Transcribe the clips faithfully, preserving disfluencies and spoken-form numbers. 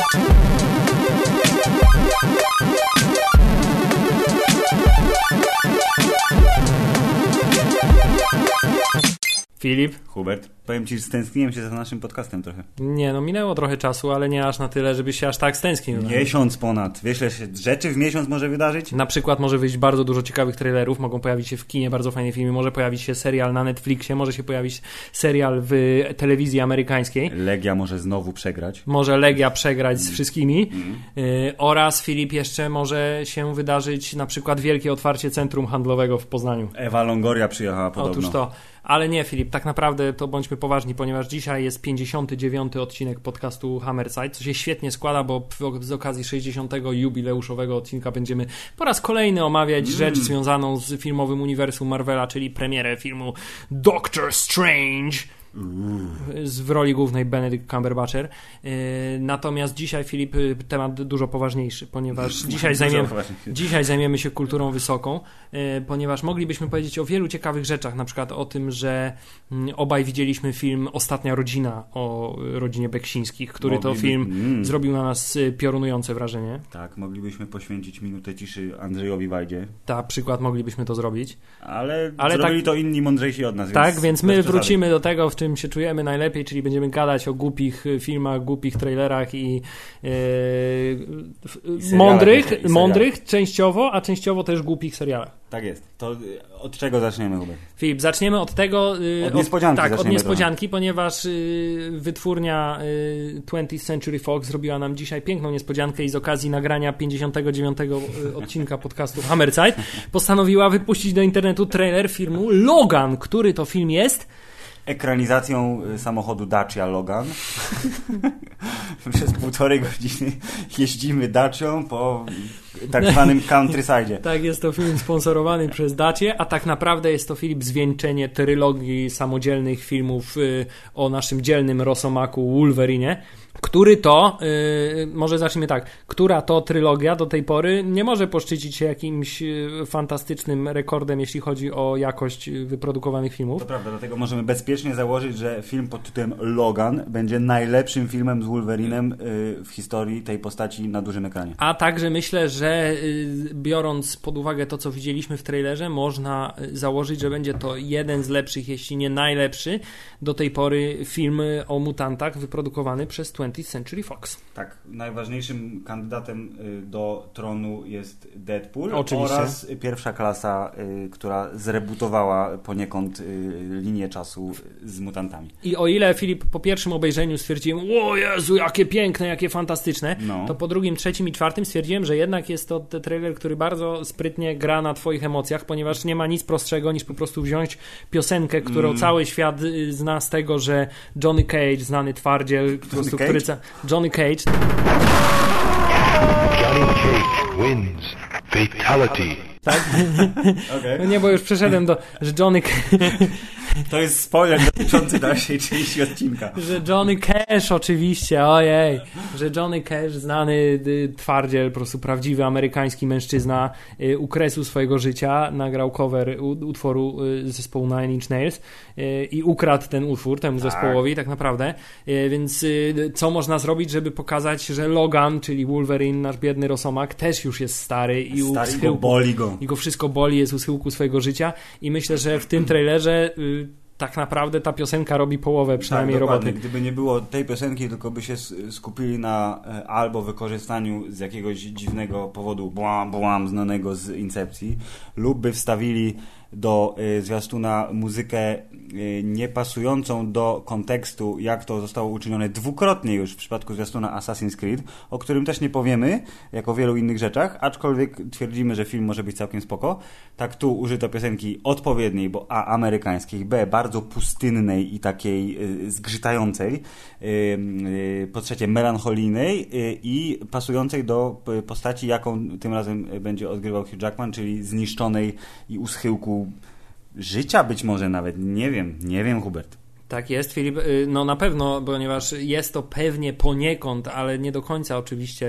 Filip? Hubert, powiem ci, że stęskniłem się za naszym podcastem trochę. Nie, no minęło trochę czasu, ale nie aż na tyle, żebyś się aż tak stęsknił. Miesiąc ponad. Wiesz, ile się rzeczy w miesiąc może wydarzyć? Na przykład może wyjść bardzo dużo ciekawych trailerów, mogą pojawić się w kinie bardzo fajne filmy, może pojawić się serial na Netflixie, może się pojawić serial w telewizji amerykańskiej. Legia może znowu przegrać. Może Legia przegrać z wszystkimi. Mm. Y, oraz, Filip, jeszcze może się wydarzyć na przykład wielkie otwarcie centrum handlowego w Poznaniu. Ewa Longoria przyjechała podobno. Otóż to. Ale nie, Filip, tak naprawdę to bądźmy poważni, ponieważ dzisiaj jest pięćdziesiąty dziewiąty odcinek podcastu Hammerside, co się świetnie składa, bo z okazji sześćdziesiątego jubileuszowego odcinka będziemy po raz kolejny omawiać mm. rzecz związaną z filmowym uniwersum Marvela, czyli premierę filmu Doctor Strange. Z, w roli głównej Benedict Cumberbatcher. Yy, natomiast dzisiaj, Filip, temat dużo poważniejszy, ponieważ dzisiaj zajmiemy, dzisiaj zajmiemy się kulturą wysoką, yy, ponieważ moglibyśmy powiedzieć o wielu ciekawych rzeczach, na przykład o tym, że yy, obaj widzieliśmy film Ostatnia Rodzina o rodzinie Beksińskich, który Mogliby... to film mm. zrobił na nas piorunujące wrażenie. Tak, moglibyśmy poświęcić minutę ciszy Andrzejowi Wajdzie. Tak, przykład moglibyśmy to zrobić. Ale, Ale zrobili tak, to inni mądrzejsi od nas. Tak, więc, więc my wrócimy do tego, w czym się czujemy najlepiej, czyli będziemy gadać o głupich filmach, głupich trailerach i, yy, I mądrych, i mądrych częściowo, a częściowo też głupich serialach. Tak jest. To od czego zaczniemy, Hubert? Filip, zaczniemy od tego... Yy, od niespodzianki. Od, tak, od niespodzianki, trochę. Ponieważ yy, wytwórnia yy, twentieth Century Fox zrobiła nam dzisiaj piękną niespodziankę i z okazji nagrania pięćdziesiątego dziewiątego odcinka podcastu Hammerside postanowiła wypuścić do internetu trailer filmu Logan. Który to film jest? Ekranizacją samochodu Dacia Logan. Przez półtorej godziny jeździmy Dacią po tak zwanym countryside. Tak, jest to film sponsorowany przez Dacię, a tak naprawdę jest to, Filip, zwieńczenie trylogii samodzielnych filmów y, o naszym dzielnym rosomaku Wolverinie. Który to, yy, może zacznijmy tak, która to trylogia do tej pory nie może poszczycić się jakimś yy, fantastycznym rekordem, jeśli chodzi o jakość wyprodukowanych filmów. To prawda, dlatego możemy bezpiecznie założyć, że film pod tytułem Logan będzie najlepszym filmem z Wolverinem yy, w historii tej postaci na dużym ekranie. A także myślę, że yy, biorąc pod uwagę to, co widzieliśmy w trailerze, można założyć, że będzie to jeden z lepszych, jeśli nie najlepszy do tej pory film o mutantach wyprodukowany przez twentieth Century Fox. Tak, najważniejszym kandydatem do tronu jest Deadpool. Oczywiście. Oraz Pierwsza Klasa, która zrebutowała poniekąd linię czasu z mutantami. I o ile, Filip, po pierwszym obejrzeniu stwierdziłem, o Jezu, jakie piękne, jakie fantastyczne, no. to po drugim, trzecim i czwartym stwierdziłem, że jednak jest to trailer, który bardzo sprytnie gra na twoich emocjach, ponieważ nie ma nic prostszego niż po prostu wziąć piosenkę, którą mm. cały świat zna z tego, że Johnny Cage, znany twardziel, po prostu, który Johnny Cage. Johnny Cage wins. Fatality. Tak? Okay. No nie, bo już przeszedłem do, że Johnny To jest spoiler dotyczący dalszej części odcinka. Że Johnny Cash oczywiście, ojej. Że Johnny Cash, znany y, twardziel, po prostu prawdziwy amerykański mężczyzna, y, u kresu swojego życia nagrał cover u, utworu y, zespołu Nine Inch Nails y, i ukradł ten utwór temu tak. zespołowi tak naprawdę. Y, więc y, co można zrobić, żeby pokazać, że Logan, czyli Wolverine, nasz biedny rosomak, też już jest stary i u stary schyłku, go boli go. I go wszystko boli, jest u schyłku swojego życia i myślę, że w tym trailerze y, tak naprawdę ta piosenka robi połowę przynajmniej tak, roboty. Gdyby nie było tej piosenki, tylko by się skupili na e, albo wykorzystaniu z jakiegoś dziwnego powodu błam, błam znanego z Incepcji, lub by wstawili do y, zwiastuna muzykę y, niepasującą do kontekstu, jak to zostało uczynione dwukrotnie już w przypadku zwiastuna Assassin's Creed, o którym też nie powiemy, jak o wielu innych rzeczach, aczkolwiek twierdzimy, że film może być całkiem spoko. Tak tu użyto piosenki odpowiedniej, bo a. amerykańskiej, b. bardzo pustynnej i takiej y, zgrzytającej, y, y, po trzecie melancholijnej y, i pasującej do y, postaci, jaką tym razem będzie odgrywał Hugh Jackman, czyli zniszczonej i u schyłku życia być może nawet, nie wiem, nie wiem, Hubert. Tak jest, Filip, no na pewno, ponieważ jest to pewnie poniekąd, ale nie do końca oczywiście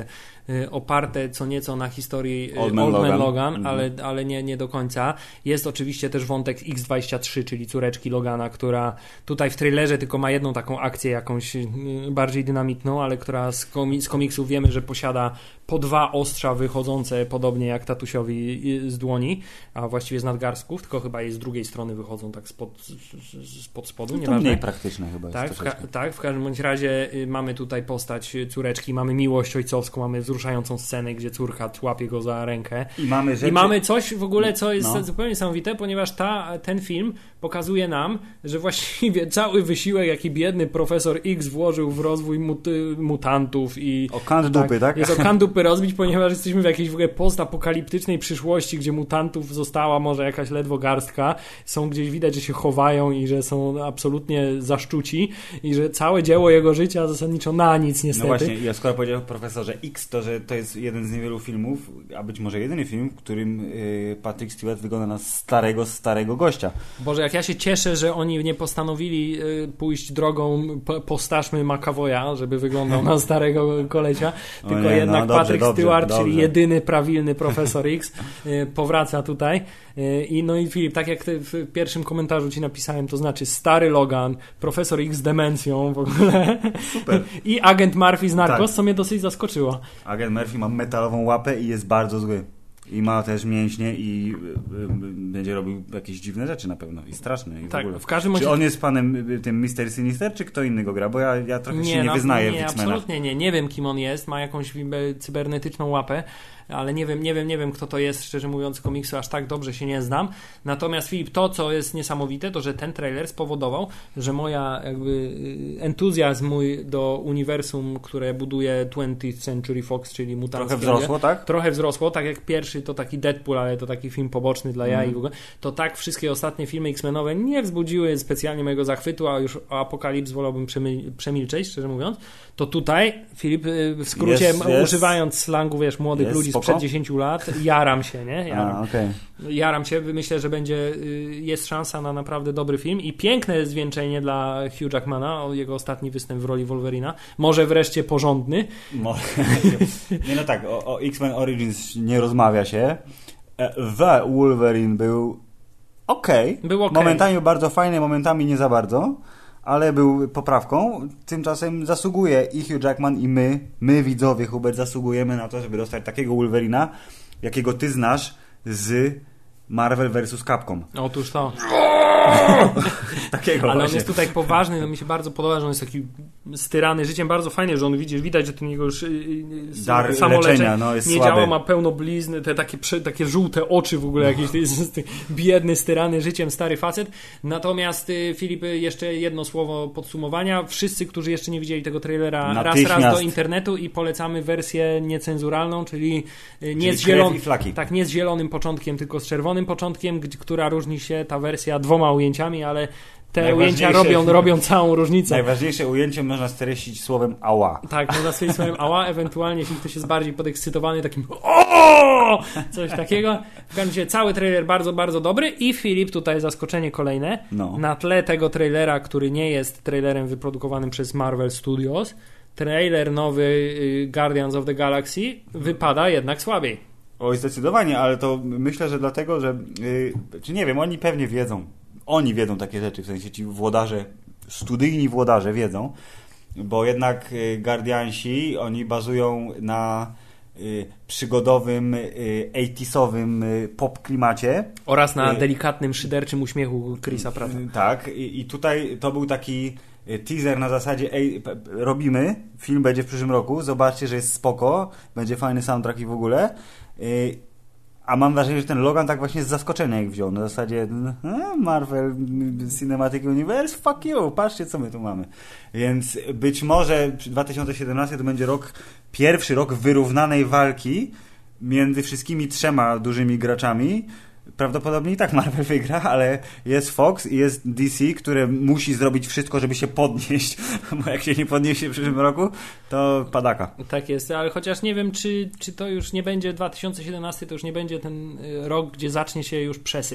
y, oparte co nieco na historii y, Old Man Old Man Logan, Logan mhm. ale, ale nie, nie do końca. Jest oczywiście też wątek X dwadzieścia trzy, czyli córeczki Logana, która tutaj w trailerze tylko ma jedną taką akcję jakąś y, bardziej dynamiczną, ale która z, komi- z komiksów wiemy, że posiada po dwa ostrza wychodzące podobnie jak tatusiowi z dłoni, a właściwie z nadgarstków, tylko chyba jej z drugiej strony wychodzą tak spod, spod spodu. No to mniej praktyczne chyba jest. Tak, w ka- tak, w każdym bądź razie y, mamy tutaj postać córeczki, mamy miłość ojcowską, mamy wzruszającą scenę, gdzie córka łapie go za rękę. I mamy, rzeczy... I mamy coś w ogóle, co jest no. zupełnie niesamowite, ponieważ ta, ten film pokazuje nam, że właściwie cały wysiłek, jaki biedny profesor X włożył w rozwój mut- mutantów i... O kant dupy, tak? Jest o kant dupy rozbić, ponieważ jesteśmy w jakiejś w ogóle postapokaliptycznej przyszłości, gdzie mutantów została może jakaś ledwo garstka, są gdzieś widać, że się chowają i że są absolutnie zaszczuci i że całe dzieło jego życia zasadniczo na nic niestety. No właśnie, ja skoro powiedział profesorze X, to że to jest jeden z niewielu filmów, a być może jedyny film, w którym yy, Patrick Stewart wygląda na starego, starego gościa. Boże, jak ja się cieszę, że oni nie postanowili yy, pójść drogą po, postarzmy McAvoya, żeby wyglądał na starego kolesia, tylko nie, jednak no, dobrze, Patrick dobrze, Stewart, dobrze. czyli jedyny prawilny profesor X, yy, powraca tutaj. Yy, I no i Filip, tak jak ty w pierwszym komentarzu ci napisałem, to znaczy stary Logan, profesor X z demencją w ogóle. Super. I agent Murphy z Narcos, Tak. co mnie dosyć zaskoczyło. Agent Murphy ma metalową łapę i jest bardzo zły. I ma też mięśnie i y, y, będzie robił jakieś dziwne rzeczy na pewno i straszne i Tak, w ogóle. w każdym Czy razie... on jest panem y, tym mister Sinister, czy kto inny go gra? Bo ja, ja trochę się nie no, wyznaję nie, w X-Menach. absolutnie nie. Nie wiem, kim on jest. Ma jakąś cybernetyczną łapę, ale nie wiem, nie wiem, nie wiem, kto to jest, szczerze mówiąc, komiksu aż tak dobrze się nie znam. Natomiast Filip, to, co jest niesamowite, to, że ten trailer spowodował, że moja jakby entuzjazm mój do uniwersum, które buduje twentieth Century Fox, czyli mutanckie. Trochę wzrosło, tak? Trochę wzrosło, tak jak pierwszy to taki Deadpool, ale to taki film poboczny dla jaj Mm. i w ogóle. To tak wszystkie ostatnie filmy X-Menowe nie wzbudziły specjalnie mojego zachwytu, a już o Apokalips wolałbym przemy- przemilczeć, szczerze mówiąc. To tutaj, Filip, w skrócie, Jest, jest. używając slangu, wiesz, młodych Jest, ludzi spoko. sprzed dziesięciu lat, jaram się, nie? Jaram. A, okej. Jaram się, myślę, że będzie, jest szansa na naprawdę dobry film i piękne zwieńczenie dla Hugh Jackmana, o jego ostatni występ w roli Wolverina. Może wreszcie porządny. Może. Nie no tak, o, o X-Men Origins nie rozmawia się. The Wolverine był okej. Był okej. Momentami był bardzo fajny, momentami nie za bardzo, ale był poprawką. Tymczasem zasługuje i Hugh Jackman i my, my widzowie Hubert, zasługujemy na to, żeby dostać takiego Wolverina, jakiego ty znasz z Marvel versus. Capcom. Otóż to. Takiego Ale właśnie. on jest tutaj poważny, no mi się bardzo podoba, że on jest taki styrany życiem, bardzo fajnie, że on widzi, widać, że ten jego już dar samoleczenie leczenia, no, jest nie słaby. działa, ma pełno blizny, te takie, takie żółte oczy w ogóle jakieś, to jest biedny, styrany życiem stary facet. Natomiast Filip, jeszcze jedno słowo podsumowania. Wszyscy, którzy jeszcze nie widzieli tego trailera, raz, Natychmiast. raz do internetu i polecamy wersję niecenzuralną, czyli nie Czyli z, zielon... krew i flaki. tak, nie z zielonym początkiem, tylko z czerwonym początkiem, g- która różni się ta wersja dwoma ujęciami, ale te ujęcia robią, robią całą różnicę. Najważniejsze ujęcie można streścić słowem ała. Tak, można stwierdzić swoim ała, ewentualnie jeśli ktoś jest bardziej podekscytowany takim o, coś takiego. W każdym razie cały trailer bardzo, bardzo dobry i Filip, tutaj zaskoczenie kolejne. No. Na tle tego trailera, który nie jest trailerem wyprodukowanym przez Marvel Studios, trailer nowy y, Guardians of the Galaxy wypada jednak słabiej. Oj, zdecydowanie, ale to myślę, że dlatego, że yy, czy nie wiem, oni pewnie wiedzą. Oni wiedzą takie rzeczy, w sensie ci włodarze, studyjni włodarze wiedzą, bo jednak y, Guardiansi, oni bazują na y, przygodowym, y, osiemdziesiątym y, pop klimacie. Oraz na Y, delikatnym, szyderczym uśmiechu Chrisa Pratta. Y, tak, i, i tutaj to był taki teaser na zasadzie ej, p- p- robimy, film będzie w przyszłym roku, zobaczcie, że jest spoko, będzie fajny soundtrack i w ogóle. Y, A mam wrażenie, że ten Logan tak właśnie z zaskoczenia jak wziął. Na zasadzie e, Marvel Cinematic Universe, fuck you, patrzcie co my tu mamy. Więc być może dwa tysiące siedemnasty to będzie rok, pierwszy rok wyrównanej walki między wszystkimi trzema dużymi graczami. Prawdopodobnie i tak Marvel wygra, ale jest Fox i jest D C, które musi zrobić wszystko, żeby się podnieść, bo jak się nie podniesie w przyszłym roku, to padaka. Tak jest, ale chociaż nie wiem, czy, czy to już nie będzie dwa tysiące siedemnasty, to już nie będzie ten rok, gdzie zacznie się już przesyt.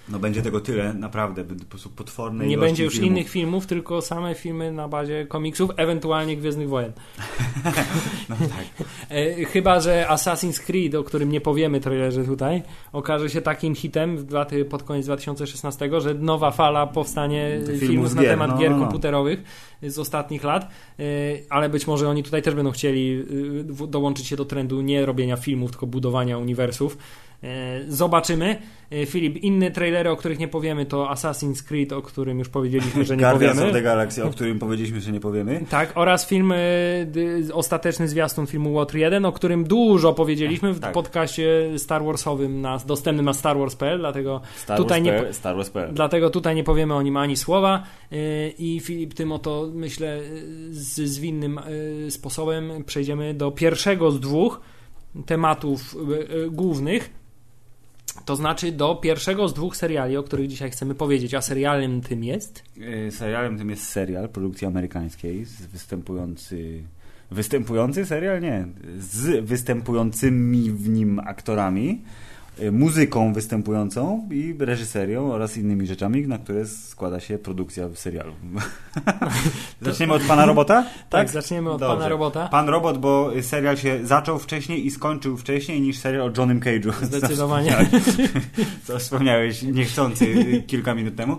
No będzie tego tyle, naprawdę, będzie po prostu potworne. Nie będzie już filmów. innych filmów, tylko same filmy na bazie komiksów, ewentualnie Gwiezdnych Wojen. No tak. Chyba że Assassin's Creed, o którym nie powiemy trailerze tutaj, okaże się takim hitem w dwa, pod koniec dwa tysiące szesnastego, że nowa fala powstanie filmów, filmów na gier, temat no, gier no, no. komputerowych z ostatnich lat, ale być może oni tutaj też będą chcieli dołączyć się do trendu nie robienia filmów, tylko budowania uniwersów. Zobaczymy. Filip, inne trailery, o których nie powiemy, to Assassin's Creed, o którym już powiedzieliśmy, że nie Guardians powiemy. of the Galaxy, o którym powiedzieliśmy, że nie powiemy. Tak, oraz film, y, ostateczny zwiastun filmu Łotr jeden, o którym dużo powiedzieliśmy w tak. podcaście Star Warsowym na, dostępnym na Star Wars kropka p l, dlatego Star tutaj Wars. nie Star Wars kropka p l. Dlatego tutaj nie powiemy o nim ani słowa y, i Filip, tym oto myślę z zwinnym y, sposobem przejdziemy do pierwszego z dwóch tematów y, y, głównych. To znaczy do pierwszego z dwóch seriali, o których dzisiaj chcemy powiedzieć, a serialem tym jest? Serialem tym jest serial produkcji amerykańskiej z występujący... Występujący serial? Nie. Z występującymi w nim aktorami, muzyką występującą i reżyserią oraz innymi rzeczami, na które składa się produkcja w serialu. Zaczniemy od Pana Robota? Tak, tak zaczniemy od Dobrze. Pana Robota. Pan Robot, bo serial się zaczął wcześniej i skończył wcześniej niż serial o Johnem Cage'u. Zdecydowanie. Co wspomniałeś niechcący kilka minut temu.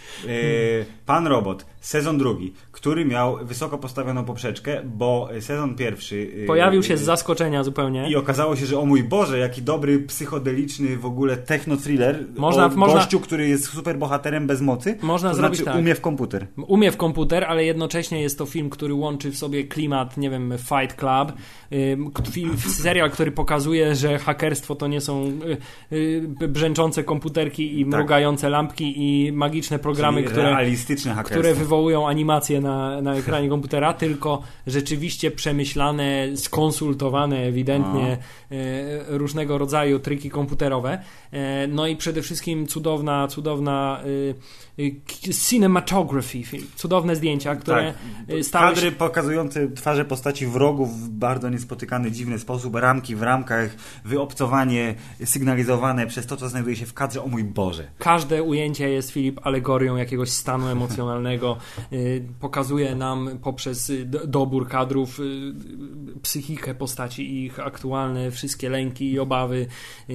Pan Robot, sezon drugi, który miał wysoko postawioną poprzeczkę, bo sezon pierwszy... Pojawił się z zaskoczenia zupełnie. I okazało się, że o mój Boże, jaki dobry, psychodeliczny w ogóle techno-thriller można, o można, gościu, który jest super bohaterem bez mocy. Można to zrobić znaczy tak. umie w komputer. Umie w komputer, ale jednocześnie jest to film, który łączy w sobie klimat, nie wiem, Fight Club. Film, serial, który pokazuje, że hakerstwo to nie są brzęczące komputerki i mrugające tak. lampki i magiczne programy, Czyli które, realistyczne hakerstwo. które wywołują animacje na, na ekranie komputera, tylko rzeczywiście przemyślane, skonsultowane ewidentnie e, różnego rodzaju triki komputerowe. E, no i przede wszystkim cudowna, cudowna e, e, cinematography, cudowne zdjęcia, które tak. stały Kadry się... pokazujące twarze postaci wrogów w bardzo niespotykany, dziwny sposób, ramki w ramkach, wyobcowanie sygnalizowane przez to, co znajduje się w kadrze. O mój Boże. Każde ujęcie jest, Filip, alegorią jakiegoś stanu emocjonalnego. Pokazuje nam poprzez dobór kadrów psychikę postaci i ich aktualne wszystkie lęki i obawy.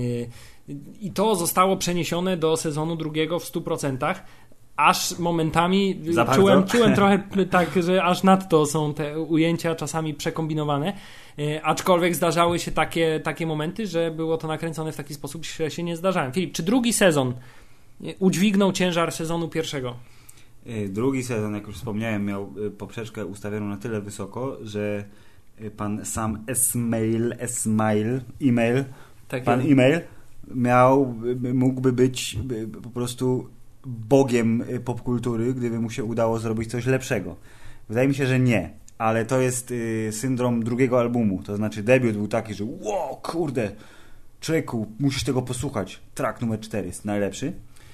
I to zostało przeniesione do sezonu drugiego w stu procentach. Aż momentami czułem, czułem trochę tak, że aż nadto są te ujęcia czasami przekombinowane, e, aczkolwiek zdarzały się takie, takie momenty, że było to nakręcone w taki sposób, że się nie zdarzają. Filip, czy drugi sezon udźwignął ciężar sezonu pierwszego? Drugi sezon, jak już wspomniałem, miał poprzeczkę ustawioną na tyle wysoko, że pan Sam Esmail, Esmail, e-mail, tak pan jest. e-mail miał, mógłby być po prostu bogiem popkultury, gdyby mu się udało zrobić coś lepszego. Wydaje mi się, że nie, ale to jest y, syndrom drugiego albumu, to znaczy debiut był taki, że wow, kurde, człowieku, musisz tego posłuchać, track numer cztery jest najlepszy.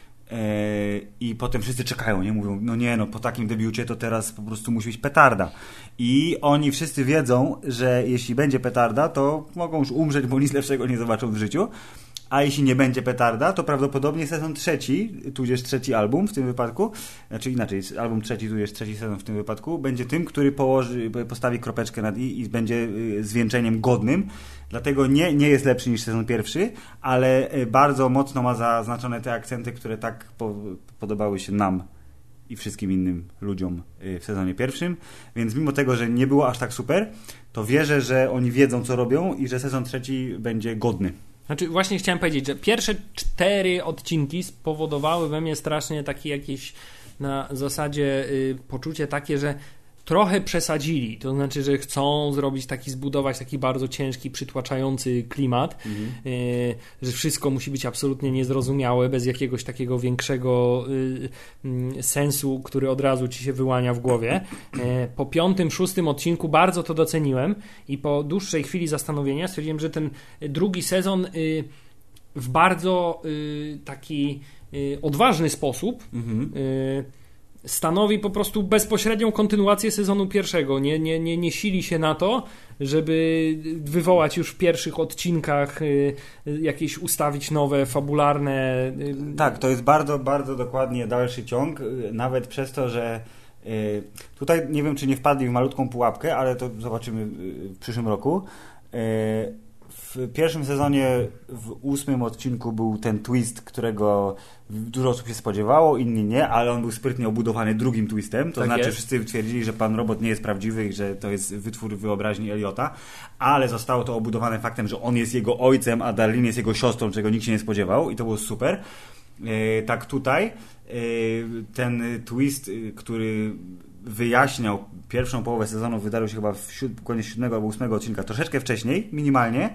I potem wszyscy czekają, nie? Mówią, no nie, no po takim debiucie to teraz po prostu musi być petarda. I oni wszyscy wiedzą, że jeśli będzie petarda, to mogą już umrzeć, bo nic lepszego nie zobaczą w życiu. A jeśli nie będzie petarda, to prawdopodobnie sezon trzeci, tudzież trzeci album w tym wypadku, znaczy inaczej, album trzeci, tudzież trzeci sezon w tym wypadku, będzie tym, który położy, postawi kropeczkę nad i i będzie zwieńczeniem godnym. Dlatego nie, nie jest lepszy niż sezon pierwszy, ale bardzo mocno ma zaznaczone te akcenty, które tak po, podobały się nam i wszystkim innym ludziom w sezonie pierwszym. Więc mimo tego, że nie było aż tak super, to wierzę, że oni wiedzą, co robią i że sezon trzeci będzie godny. Znaczy właśnie chciałem powiedzieć, że pierwsze cztery odcinki spowodowały we mnie strasznie takie jakieś na zasadzie y, poczucie takie, że trochę przesadzili, to znaczy, że chcą zrobić taki, zbudować taki bardzo ciężki, przytłaczający klimat, mhm. y, że wszystko musi być absolutnie niezrozumiałe, bez jakiegoś takiego większego y, y, sensu, który od razu ci się wyłania w głowie. Y, po piątym, szóstym odcinku bardzo to doceniłem i po dłuższej chwili zastanowienia stwierdziłem, że ten drugi sezon y, w bardzo y, taki y, odważny sposób mhm. y, stanowi po prostu bezpośrednią kontynuację sezonu pierwszego. Nie, nie, nie, nie sili się na to, żeby wywołać już w pierwszych odcinkach y, y, jakieś ustawić nowe, fabularne... Y, tak, to jest bardzo, bardzo dokładnie dalszy ciąg, y, nawet przez to, że y, tutaj nie wiem, czy nie wpadli w malutką pułapkę, ale to zobaczymy y, w przyszłym roku. Y, W pierwszym sezonie, w ósmym odcinku był ten twist, którego dużo osób się spodziewało, inni nie, ale on był sprytnie obudowany drugim twistem, to tak znaczy jest. Wszyscy twierdzili, że Pan Robot nie jest prawdziwy i że to jest wytwór wyobraźni Eliota, ale zostało to obudowane faktem, że on jest jego ojcem, a Darlene jest jego siostrą, czego nikt się nie spodziewał i to było super. Yy, tak tutaj yy, ten twist, yy, który wyjaśniał pierwszą połowę sezonu, wydarzył się chyba w siód- koniec siódmego albo ósmego odcinka, troszeczkę wcześniej, minimalnie,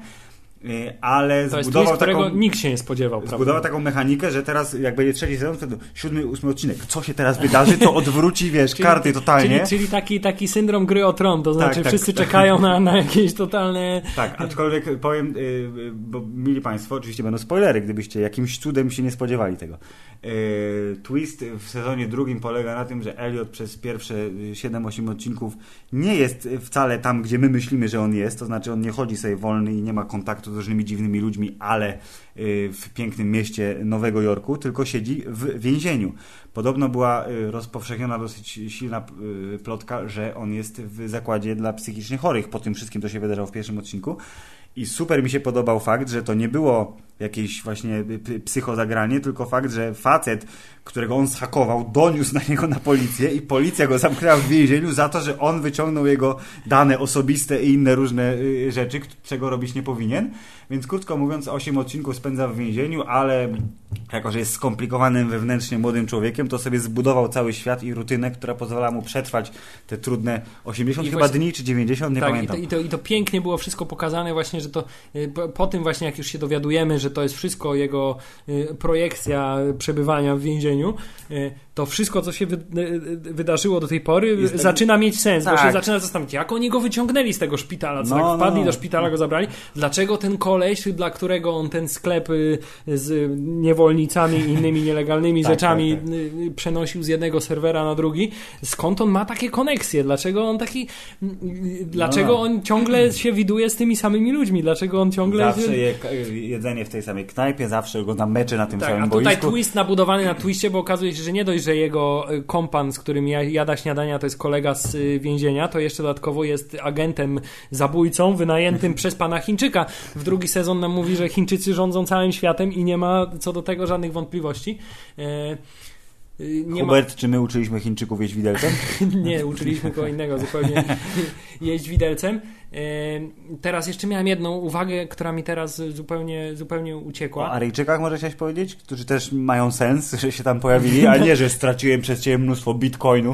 ale to zbudował jest twist, taką, którego nikt się nie spodziewał. zbudował prawda? taką mechanikę, że teraz jak będzie trzeci sezon, wtedy siódmy, ósmy odcinek. Co się teraz wydarzy, to odwróci, wiesz, czyli, karty totalnie. Czyli, czyli taki, taki syndrom gry o tron, to znaczy tak, wszyscy tak. czekają na, na jakieś totalne... Tak, aczkolwiek powiem, yy, bo mili Państwo, oczywiście będą spoilery, gdybyście jakimś cudem się nie spodziewali tego. Yy, twist w sezonie drugim polega na tym, że Elliot przez pierwsze siedem osiem odcinków nie jest wcale tam, gdzie my myślimy, że on jest, to znaczy on nie chodzi sobie wolny i nie ma kontaktu z różnymi dziwnymi ludźmi, ale yy, w pięknym mieście Nowego Jorku, tylko siedzi w więzieniu. Podobno była yy, rozpowszechniona dosyć silna yy, plotka, że on jest w zakładzie dla psychicznie chorych po tym wszystkim, co się wydarzało w pierwszym odcinku. I super mi się podobał fakt, że to nie było jakieś właśnie psychozagranie, tylko fakt, że facet, którego on zhakował, doniósł na niego na policję i policja go zamknęła w więzieniu za to, że on wyciągnął jego dane osobiste i inne różne rzeczy, czego robić nie powinien. Więc krótko mówiąc, osiem odcinków spędza w więzieniu, ale jako że jest skomplikowanym wewnętrznie młodym człowiekiem, to sobie zbudował cały świat i rutynę, która pozwala mu przetrwać te trudne osiemdziesiąt I chyba właśnie, dni, czy dziewięćdziesiąt, nie tak, pamiętam. I to, i, to, I to pięknie było wszystko pokazane właśnie, że to po, po tym właśnie, jak już się dowiadujemy, że to jest wszystko jego y, projekcja przebywania w więzieniu, y, to wszystko, co się wy, y, wydarzyło do tej pory, Jest zaczyna mieć sens, tak. bo się zaczyna zastanawiać, jak oni go wyciągnęli z tego szpitala, co No, jak wpadli no. do szpitala, go zabrali, dlaczego ten koleś, dla którego on ten sklep y, z niewolnicami i innymi nielegalnymi tak, rzeczami tak, tak. y, przenosił z jednego serwera na drugi, skąd on ma takie koneksje, dlaczego on taki y, dlaczego No. on ciągle się widuje z tymi samymi ludźmi, dlaczego on ciągle... Zawsze je, jedzenie w tej samej knajpie, zawsze oglądam mecze na tym Tak, samym a tutaj boisku. twist nabudowany na twiście, bo okazuje się, że nie dość, że jego y, kompan, z którym ja- jada śniadania, to jest kolega z y, więzienia, to jeszcze dodatkowo jest agentem zabójcą wynajętym przez pana Chińczyka. W drugi sezon nam mówi, że Chińczycy rządzą całym światem i nie ma co do tego żadnych wątpliwości. E, y, nie Hubert, ma... czy my uczyliśmy Chińczyków jeść widelcem? Nie, uczyliśmy kogo innego zupełnie jeść widelcem. E, teraz jeszcze miałem jedną uwagę, która mi teraz zupełnie, zupełnie uciekła. O Aryjczykach może chciałeś powiedzieć? Którzy też mają sens, że się tam pojawili, a nie, że straciłem przez ciebie mnóstwo bitcoinów.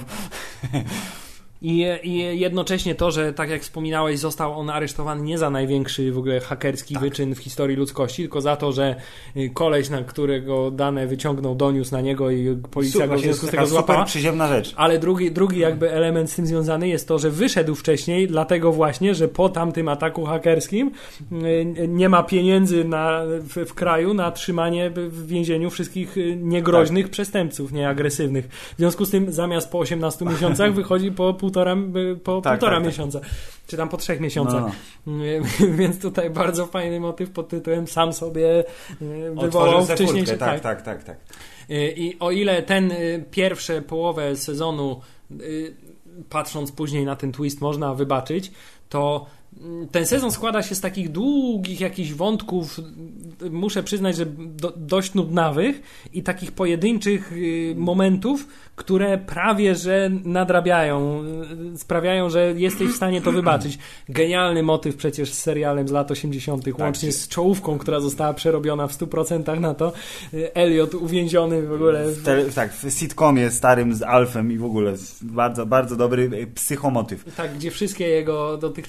I, I jednocześnie to, że tak jak wspominałeś, został on aresztowany nie za największy w ogóle hakerski tak. wyczyn w historii ludzkości, tylko za to, że koleś, na którego dane wyciągnął, doniósł na niego i policja super, go w związku z tego super złapała. przyziemna rzecz. Ale drugi, drugi jakby element z tym związany jest to, że wyszedł wcześniej, dlatego właśnie, że po tamtym ataku hakerskim nie ma pieniędzy na, w, w kraju na trzymanie w więzieniu wszystkich niegroźnych tak. przestępców, nieagresywnych. W związku z tym zamiast po osiemnastu miesiącach wychodzi po półtora, po tak, półtora tak, miesiąca. Tak. Czy tam po trzech miesiącach. No, no. Więc tutaj bardzo fajny motyw pod tytułem sam sobie wywołał wcześniej. Tak, tak, tak, tak, tak. I o ile ten pierwszą połowę sezonu, patrząc później na ten twist, można wybaczyć, to ten sezon składa się z takich długich jakichś wątków, muszę przyznać, że do, dość nudnawych i takich pojedynczych y, momentów, które prawie że nadrabiają, y, sprawiają, że jesteś w stanie to wybaczyć. Genialny motyw przecież z serialem z lat osiemdziesiątych, tak, łącznie z czołówką, która została przerobiona w stu procentach na to. Y, Elliot uwięziony w ogóle. W... Te, tak, w sitcomie starym z Alfem i w ogóle bardzo, bardzo dobry psychomotyw. Tak, gdzie wszystkie jego dotychczasowe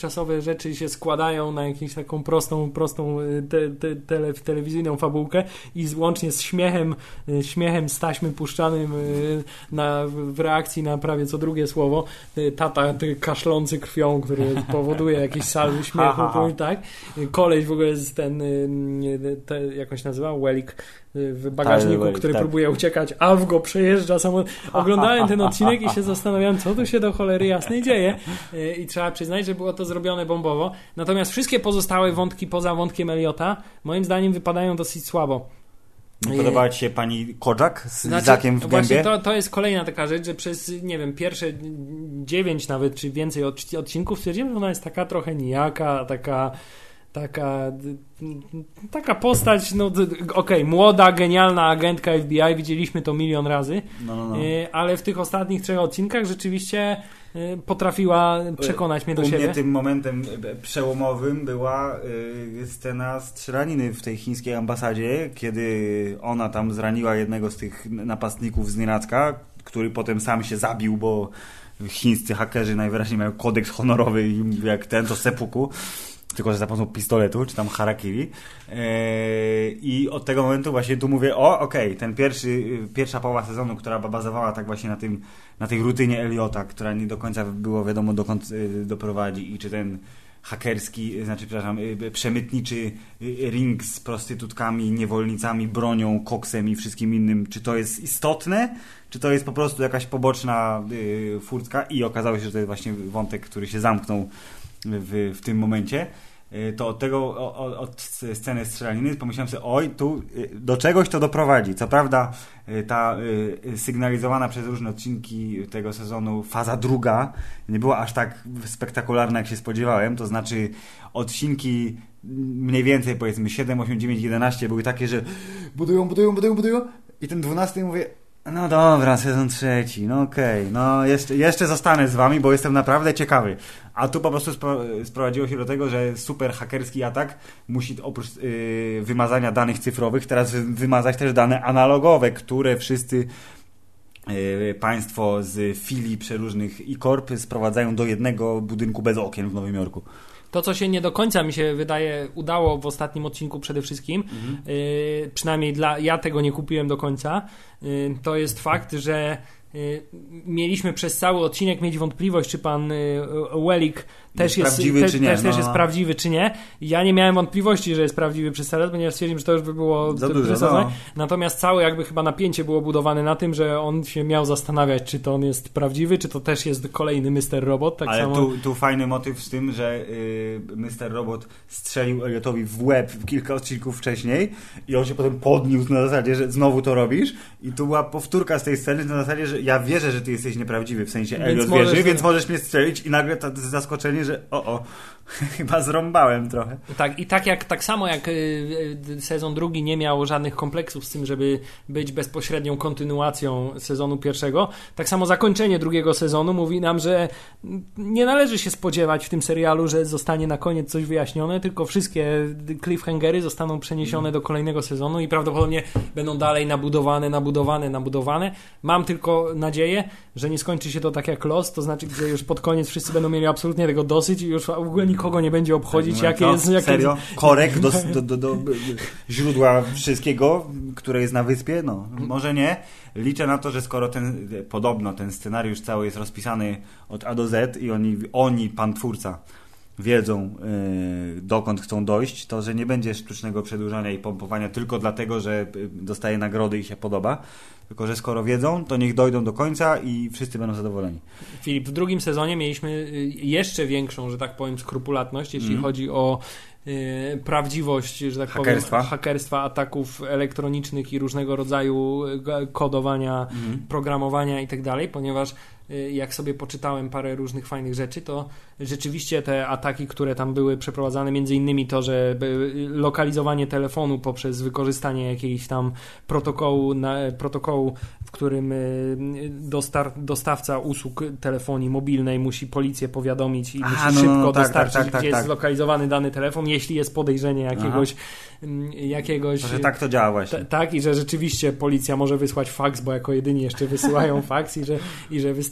rzeczy się składają na jakąś taką prostą, prostą te, te, tele, telewizyjną fabułkę i z, łącznie z śmiechem, śmiechem z taśmy puszczanym na, w reakcji na prawie co drugie słowo, tata kaszlący krwią, który powoduje jakieś salwy śmiechu, to i tak. Koleś w ogóle z ten, te, jak on się nazywa? Wellik w bagażniku, Wellik, który tak. próbuje uciekać, a w go przejeżdża samochód. Oglądałem ten odcinek i się zastanawiałem, co tu się do cholery jasnej dzieje. I trzeba przyznać, że było to zrobione bombowo. Natomiast wszystkie pozostałe wątki poza wątkiem Eliota moim zdaniem wypadają dosyć słabo. Nie podobała ci się pani Kojak z znaczy, lizakiem w gębie? Właśnie to, to jest kolejna taka rzecz, że przez, nie wiem, pierwsze dziewięć nawet, czy więcej odcinków stwierdziłem, że ona jest taka trochę nijaka, taka taka taka postać, no okej, okay, młoda, genialna agentka F B I, widzieliśmy to milion razy, no, no, no. ale w tych ostatnich trzech odcinkach rzeczywiście potrafiła przekonać mnie do U siebie. U mnie tym momentem przełomowym była scena strzelaniny w tej chińskiej ambasadzie, kiedy ona tam zraniła jednego z tych napastników z nienacka, który potem sam się zabił, bo chińscy hakerzy najwyraźniej mają kodeks honorowy i jak ten to seppuku, tylko że za pomocą pistoletu, czy tam harakiri. Eee, I od tego momentu właśnie tu mówię, o okej, okay, ten pierwszy, pierwsza połowa sezonu, która bazowała tak właśnie na tym, na tej rutynie Eliota, która nie do końca było wiadomo dokąd y, doprowadzi i czy ten hakerski, znaczy przepraszam, y, przemytniczy y, ring z prostytutkami, niewolnicami, bronią, koksem i wszystkim innym, czy to jest istotne, czy to jest po prostu jakaś poboczna y, furtka i okazało się, że to jest właśnie wątek, który się zamknął w, w tym momencie, to od tego, od, od sceny strzelaniny pomyślałem sobie, oj, tu do czegoś to doprowadzi. Co prawda ta sygnalizowana przez różne odcinki tego sezonu faza druga nie była aż tak spektakularna, jak się spodziewałem, to znaczy odcinki mniej więcej powiedzmy siedem, osiem, dziewięć, jedenaście były takie, że budują, budują, budują, budują i ten dwunasty mówię, no dobra, sezon trzeci, no okej, okay, no jeszcze, jeszcze zostanę z wami, bo jestem naprawdę ciekawy. A tu po prostu spro- sprowadziło się do tego, że super hakerski atak musi oprócz yy, wymazania danych cyfrowych teraz wy- wymazać też dane analogowe, które wszyscy yy, państwo z filii przeróżnych e-corp sprowadzają do jednego budynku bez okien w Nowym Jorku. To, co się nie do końca mi się wydaje udało w ostatnim odcinku przede wszystkim, mhm. yy, przynajmniej dla, ja tego nie kupiłem do końca, yy, to jest fakt, że yy, mieliśmy przez cały odcinek mieć wątpliwość, czy pan yy, Wellik też jest, prawdziwy, te, czy nie. też, no. też jest prawdziwy, czy nie. Ja nie miałem wątpliwości, że jest prawdziwy przez cały czas, ponieważ stwierdziłem, że to już by było za dużo. No. Natomiast całe jakby chyba napięcie było budowane na tym, że on się miał zastanawiać, czy to on jest prawdziwy, czy to też jest kolejny mister Robot. Tak Ale samo... tu, tu fajny motyw z tym, że yy, mister Robot strzelił Eliotowi w łeb kilka odcinków wcześniej i on się potem podniósł na zasadzie, że znowu to robisz i tu była powtórka z tej sceny na zasadzie, że ja wierzę, że ty jesteś nieprawdziwy, w sensie Eliot wierzy, możesz... więc możesz mnie strzelić i nagle to zaskoczenie, że o, o, chyba zrąbałem trochę. Tak, i tak jak tak samo jak y, y, sezon drugi nie miał żadnych kompleksów z tym, żeby być bezpośrednią kontynuacją sezonu pierwszego, tak samo zakończenie drugiego sezonu mówi nam, że nie należy się spodziewać w tym serialu, że zostanie na koniec coś wyjaśnione, tylko wszystkie cliffhangery zostaną przeniesione do kolejnego sezonu i prawdopodobnie będą dalej nabudowane, nabudowane, nabudowane. Mam tylko nadzieję, że nie skończy się to tak jak Lost, to znaczy, że już pod koniec wszyscy będą mieli absolutnie tego dosyć i już w ogóle nikogo nie będzie obchodzić, tak, jakie no, jest... Jakie serio? Korek do, do, do, do źródła wszystkiego, które jest na wyspie? No, może nie. Liczę na to, że skoro ten, podobno ten scenariusz cały jest rozpisany od A do Z i oni, oni pan twórca, wiedzą yy, dokąd chcą dojść, to że nie będzie sztucznego przedłużania i pompowania tylko dlatego, że dostaje nagrody i się podoba, tylko że skoro wiedzą, to niech dojdą do końca i wszyscy będą zadowoleni. Filip, w drugim sezonie mieliśmy jeszcze większą, że tak powiem, skrupulatność, jeśli mm. chodzi o y, prawdziwość, że tak hakerstwa. powiem, hakerstwa, ataków elektronicznych i różnego rodzaju kodowania, mm. programowania i tak dalej, ponieważ y, jak sobie poczytałem parę różnych fajnych rzeczy, to rzeczywiście te ataki, które tam były przeprowadzane, między innymi to, że lokalizowanie telefonu poprzez wykorzystanie jakiejś tam protokołu, na, protokołu w którym dostar- dostawca usług telefonii mobilnej musi policję powiadomić i Aha, musi no, szybko no, tak, dostarczyć, tak, tak, gdzie tak, jest tak. zlokalizowany dany telefon, jeśli jest podejrzenie jakiegoś jakiegoś... To, że tak to działa właśnie. T- tak, i że rzeczywiście policja może wysłać faks, bo jako jedyni jeszcze wysyłają faks i że, i że wystarczy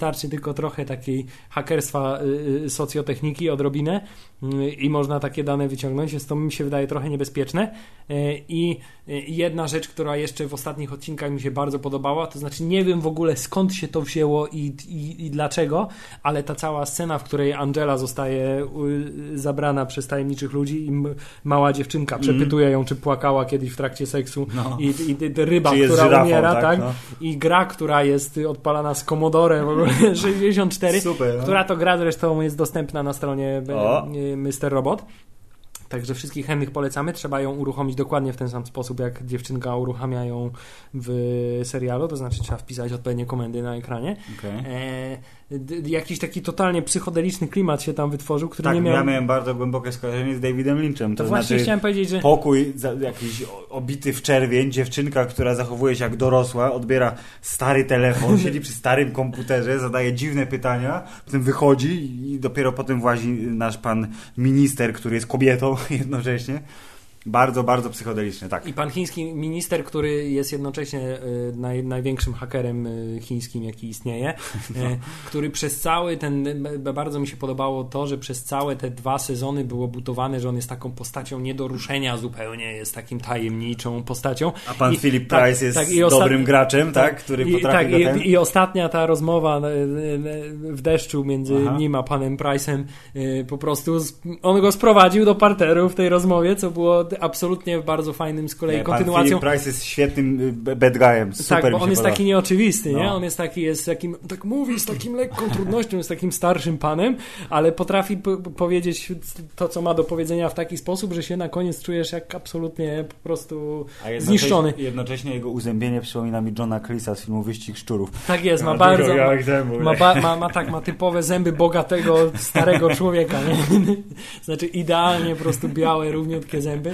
wystarczy tylko trochę takiej hakerstwa y, socjotechniki, odrobinę y, i można takie dane wyciągnąć, jest to mi się wydaje trochę niebezpieczne. Y, I jedna rzecz, która jeszcze w ostatnich odcinkach mi się bardzo podobała, to znaczy nie wiem w ogóle skąd się to wzięło i, i, i dlaczego, ale ta cała scena, w której Angela zostaje y, zabrana przez tajemniczych ludzi i m- mała dziewczynka przepytuje ją, czy płakała kiedyś w trakcie seksu no. i, i, i ryba, która żyrafą, umiera, tak, tak? No. I gra, która jest odpalana z Commodore w ogóle sześćdziesiąt cztery, super, no. która to gra zresztą jest dostępna na stronie o. mister Robot. Także wszystkich chętnych polecamy. Trzeba ją uruchomić dokładnie w ten sam sposób, jak dziewczynka uruchamia ją w serialu, to znaczy trzeba wpisać odpowiednie komendy na ekranie. Okay. E, d- jakiś taki totalnie psychodeliczny klimat się tam wytworzył, który tak, nie miał... ja miałem bardzo głębokie skojarzenie z Davidem Lynchem. To, to właśnie znaczy chciałem powiedzieć, że... pokój za, jakiś obity w czerwień, dziewczynka, która zachowuje się jak dorosła, odbiera stary telefon, siedzi przy starym komputerze, zadaje dziwne pytania, potem wychodzi i dopiero potem włazi nasz pan minister, który jest kobietą jednocześnie. Bardzo, bardzo psychodeliczne, tak. I pan chiński minister, który jest jednocześnie y, naj, największym hakerem y, chińskim, jaki istnieje, y, który przez cały ten, y, bardzo mi się podobało to, że przez całe te dwa sezony było budowane, że on jest taką postacią nie do ruszenia zupełnie, jest takim tajemniczą postacią. A pan I, Philip tak, Price jest tak, dobrym graczem, tak, tak który i, potrafi tak, go i, ten... I ostatnia ta rozmowa y, y, w deszczu między Aha. nim a panem Price'em, y, po prostu z, on go sprowadził do parteru w tej rozmowie, co było absolutnie bardzo fajnym z kolei nie, kontynuacją. Pan Price jest świetnym bad guyem. Super tak, bo on jest podoba. taki nieoczywisty, no. nie? On jest taki, jest takim, tak mówi z takim lekką trudnością, jest takim starszym panem, ale potrafi p- powiedzieć to, co ma do powiedzenia w taki sposób, że się na koniec czujesz jak absolutnie po prostu A jednocześnie, zniszczony. Jednocześnie jego uzębienie przypomina mi Johna Cleesa z filmu Wyścig Szczurów. Tak jest, ma, ma bardzo ma, ma, ba, ma, ma, tak, ma typowe zęby bogatego, starego człowieka, nie? Znaczy idealnie po prostu białe, równiutkie zęby.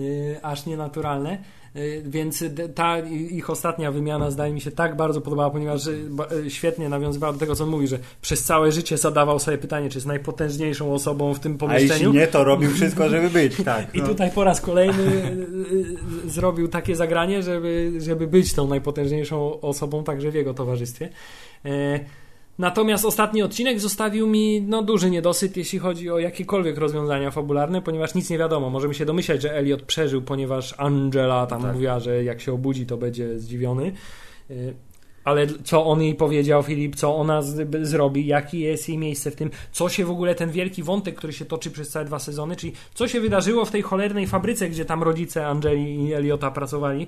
Aż nienaturalne, więc ta ich ostatnia wymiana zdaje mi się tak bardzo podobała, ponieważ świetnie nawiązywała do tego, co on mówi, że przez całe życie zadawał sobie pytanie, czy jest najpotężniejszą osobą w tym pomieszczeniu. A jeśli nie, to robił wszystko, żeby być. Tak, no. I tutaj po raz kolejny zrobił takie zagranie, żeby, żeby być tą najpotężniejszą osobą także w jego towarzystwie. Natomiast ostatni odcinek zostawił mi no, duży niedosyt, jeśli chodzi o jakiekolwiek rozwiązania fabularne, ponieważ nic nie wiadomo. Możemy się domyślać, że Elliot przeżył, ponieważ Angela tam tak. mówiła, że jak się obudzi, to będzie zdziwiony. Ale co on jej powiedział, Filip, co ona z, zrobi, jakie jest jej miejsce w tym, co się w ogóle, ten wielki wątek, który się toczy przez całe dwa sezony, czyli co się wydarzyło w tej cholernej fabryce, gdzie tam rodzice Angeli i Elliota pracowali.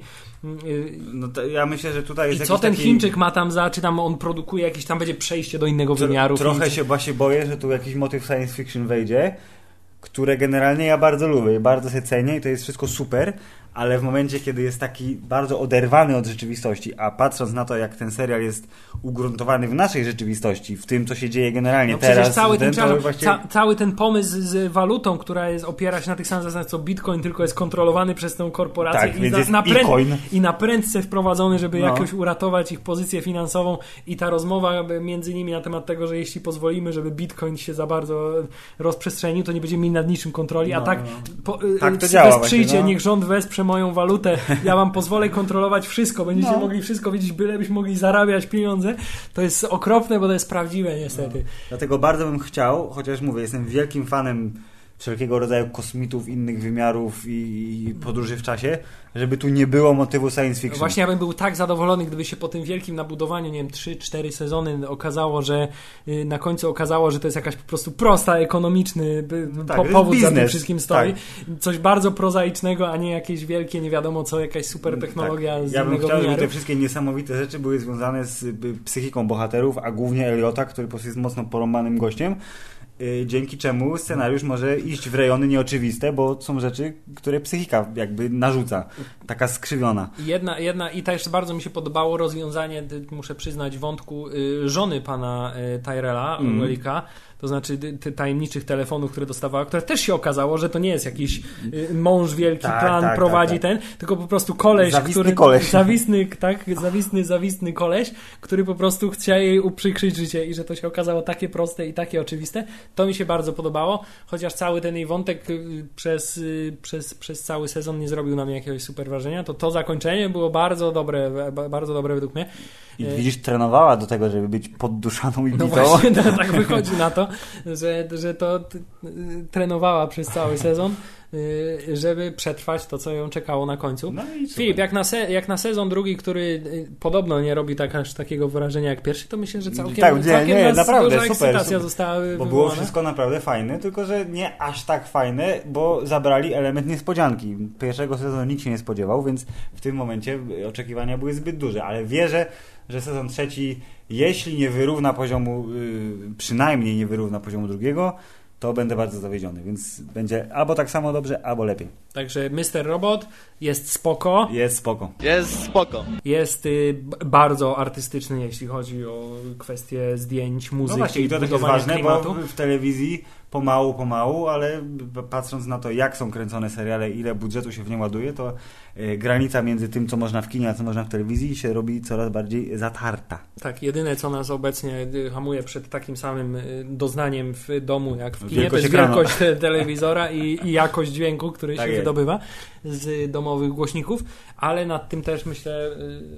No to ja myślę, że tutaj jest I co ten taki... Chińczyk ma tam za, czy tam on produkuje jakieś, tam będzie przejście do innego Tro, wymiaru. Trochę się właśnie boję, że tu jakiś motyw science fiction wejdzie, które generalnie ja bardzo lubię, bardzo się cenię i to jest wszystko super, ale w momencie, kiedy jest taki bardzo oderwany od rzeczywistości, a patrząc na to, jak ten serial jest ugruntowany w naszej rzeczywistości, w tym, co się dzieje generalnie no teraz... Cały ten, ten, właściwie... ca- cały ten pomysł z walutą, która jest, opiera się na tych samych zasadach co Bitcoin, tylko jest kontrolowany przez tę korporację tak, i, więc na, jest na prę... e-coin. i na prędce wprowadzony, żeby no. jakoś uratować ich pozycję finansową i ta rozmowa między nimi na temat tego, że jeśli pozwolimy, żeby Bitcoin się za bardzo rozprzestrzenił, to nie będziemy mieli nad niczym kontroli, no, a tak, no. po, tak to działa wesprzyjcie, właśnie, no. niech rząd wesprze moją walutę, ja wam pozwolę kontrolować wszystko, będziecie no. mogli wszystko wiedzieć, byle byśmy mogli zarabiać pieniądze. To jest okropne, bo to jest prawdziwe niestety. No. Dlatego bardzo bym chciał, chociaż mówię, jestem wielkim fanem wszelkiego rodzaju kosmitów, innych wymiarów i podróży w czasie, żeby tu nie było motywu science fiction. Właśnie ja bym był tak zadowolony, gdyby się po tym wielkim nabudowaniu, nie wiem, trzy cztery sezony okazało, że yy, na końcu okazało, że to jest jakaś po prostu prosta, ekonomiczny no tak, po, powód biznes. Za tym wszystkim stoi. Tak. Coś bardzo prozaicznego, a nie jakieś wielkie, nie wiadomo co, jakaś super technologia tak. z Ja bym innego chciał, wymiaru. żeby te wszystkie niesamowite rzeczy były związane z psychiką bohaterów, a głównie Elliota, który po prostu jest mocno porąbanym gościem. Dzięki czemu scenariusz może iść w rejony nieoczywiste, bo są rzeczy, które psychika jakby narzuca. Taka skrzywiona. Jedna, jedna i też bardzo mi się podobało rozwiązanie, muszę przyznać, wątku y, żony pana y, Tyrella, mm. Wellika. to znaczy ty, tajemniczych telefonów, które dostawała, które też się okazało, że to nie jest jakiś y, mąż wielki tak, plan tak, prowadzi tak, tak. ten, tylko po prostu koleś, zawisny który... koleś. Zawisny, tak, zawisny, zawisny koleś, który po prostu chciał jej uprzykrzyć życie i że to się okazało takie proste i takie oczywiste. To mi się bardzo podobało, chociaż cały ten jej wątek przez, przez, przez cały sezon nie zrobił na mnie jakiegoś super wrażenia, to to zakończenie było bardzo dobre, bardzo dobre według mnie. I widzisz, trenowała do tego, żeby być podduszaną i bitą. No właśnie, to, tak wychodzi na to, że, że to t, trenowała przez cały sezon, żeby przetrwać to, co ją czekało na końcu. No Filip, jak na, se, jak na sezon drugi, który podobno nie robi tak aż takiego wrażenia jak pierwszy, to myślę, że całkiem, tak, nie, całkiem nie, nas naprawdę, duża super, ekscytacja super. została Bo wywołana. było wszystko naprawdę fajne, tylko że nie aż tak fajne, bo zabrali element niespodzianki. Pierwszego sezonu nikt się nie spodziewał, więc w tym momencie oczekiwania były zbyt duże, ale wierzę, że sezon trzeci, jeśli nie wyrówna poziomu, yy, przynajmniej nie wyrówna poziomu drugiego, to będę bardzo zawiedziony, więc będzie albo tak samo dobrze, albo lepiej. Także mister Robot jest spoko. Jest spoko. Jest spoko. Jest y, bardzo artystyczny, jeśli chodzi o kwestie zdjęć, muzyki, no właśnie, i to też jest ważne, klimatu. Bo w telewizji pomału, pomału, ale patrząc na to, jak są kręcone seriale, ile budżetu się w nie ładuje, to y, granica między tym, co można w kinie, a co można w telewizji się robi coraz bardziej zatarta. Tak, jedyne, co nas obecnie hamuje przed takim samym doznaniem w domu, jak w kinie, wielkość to jest wielkość telewizora i, i jakość dźwięku, który tak się jest. wydobywa z domowych głośników, ale nad tym też, myślę,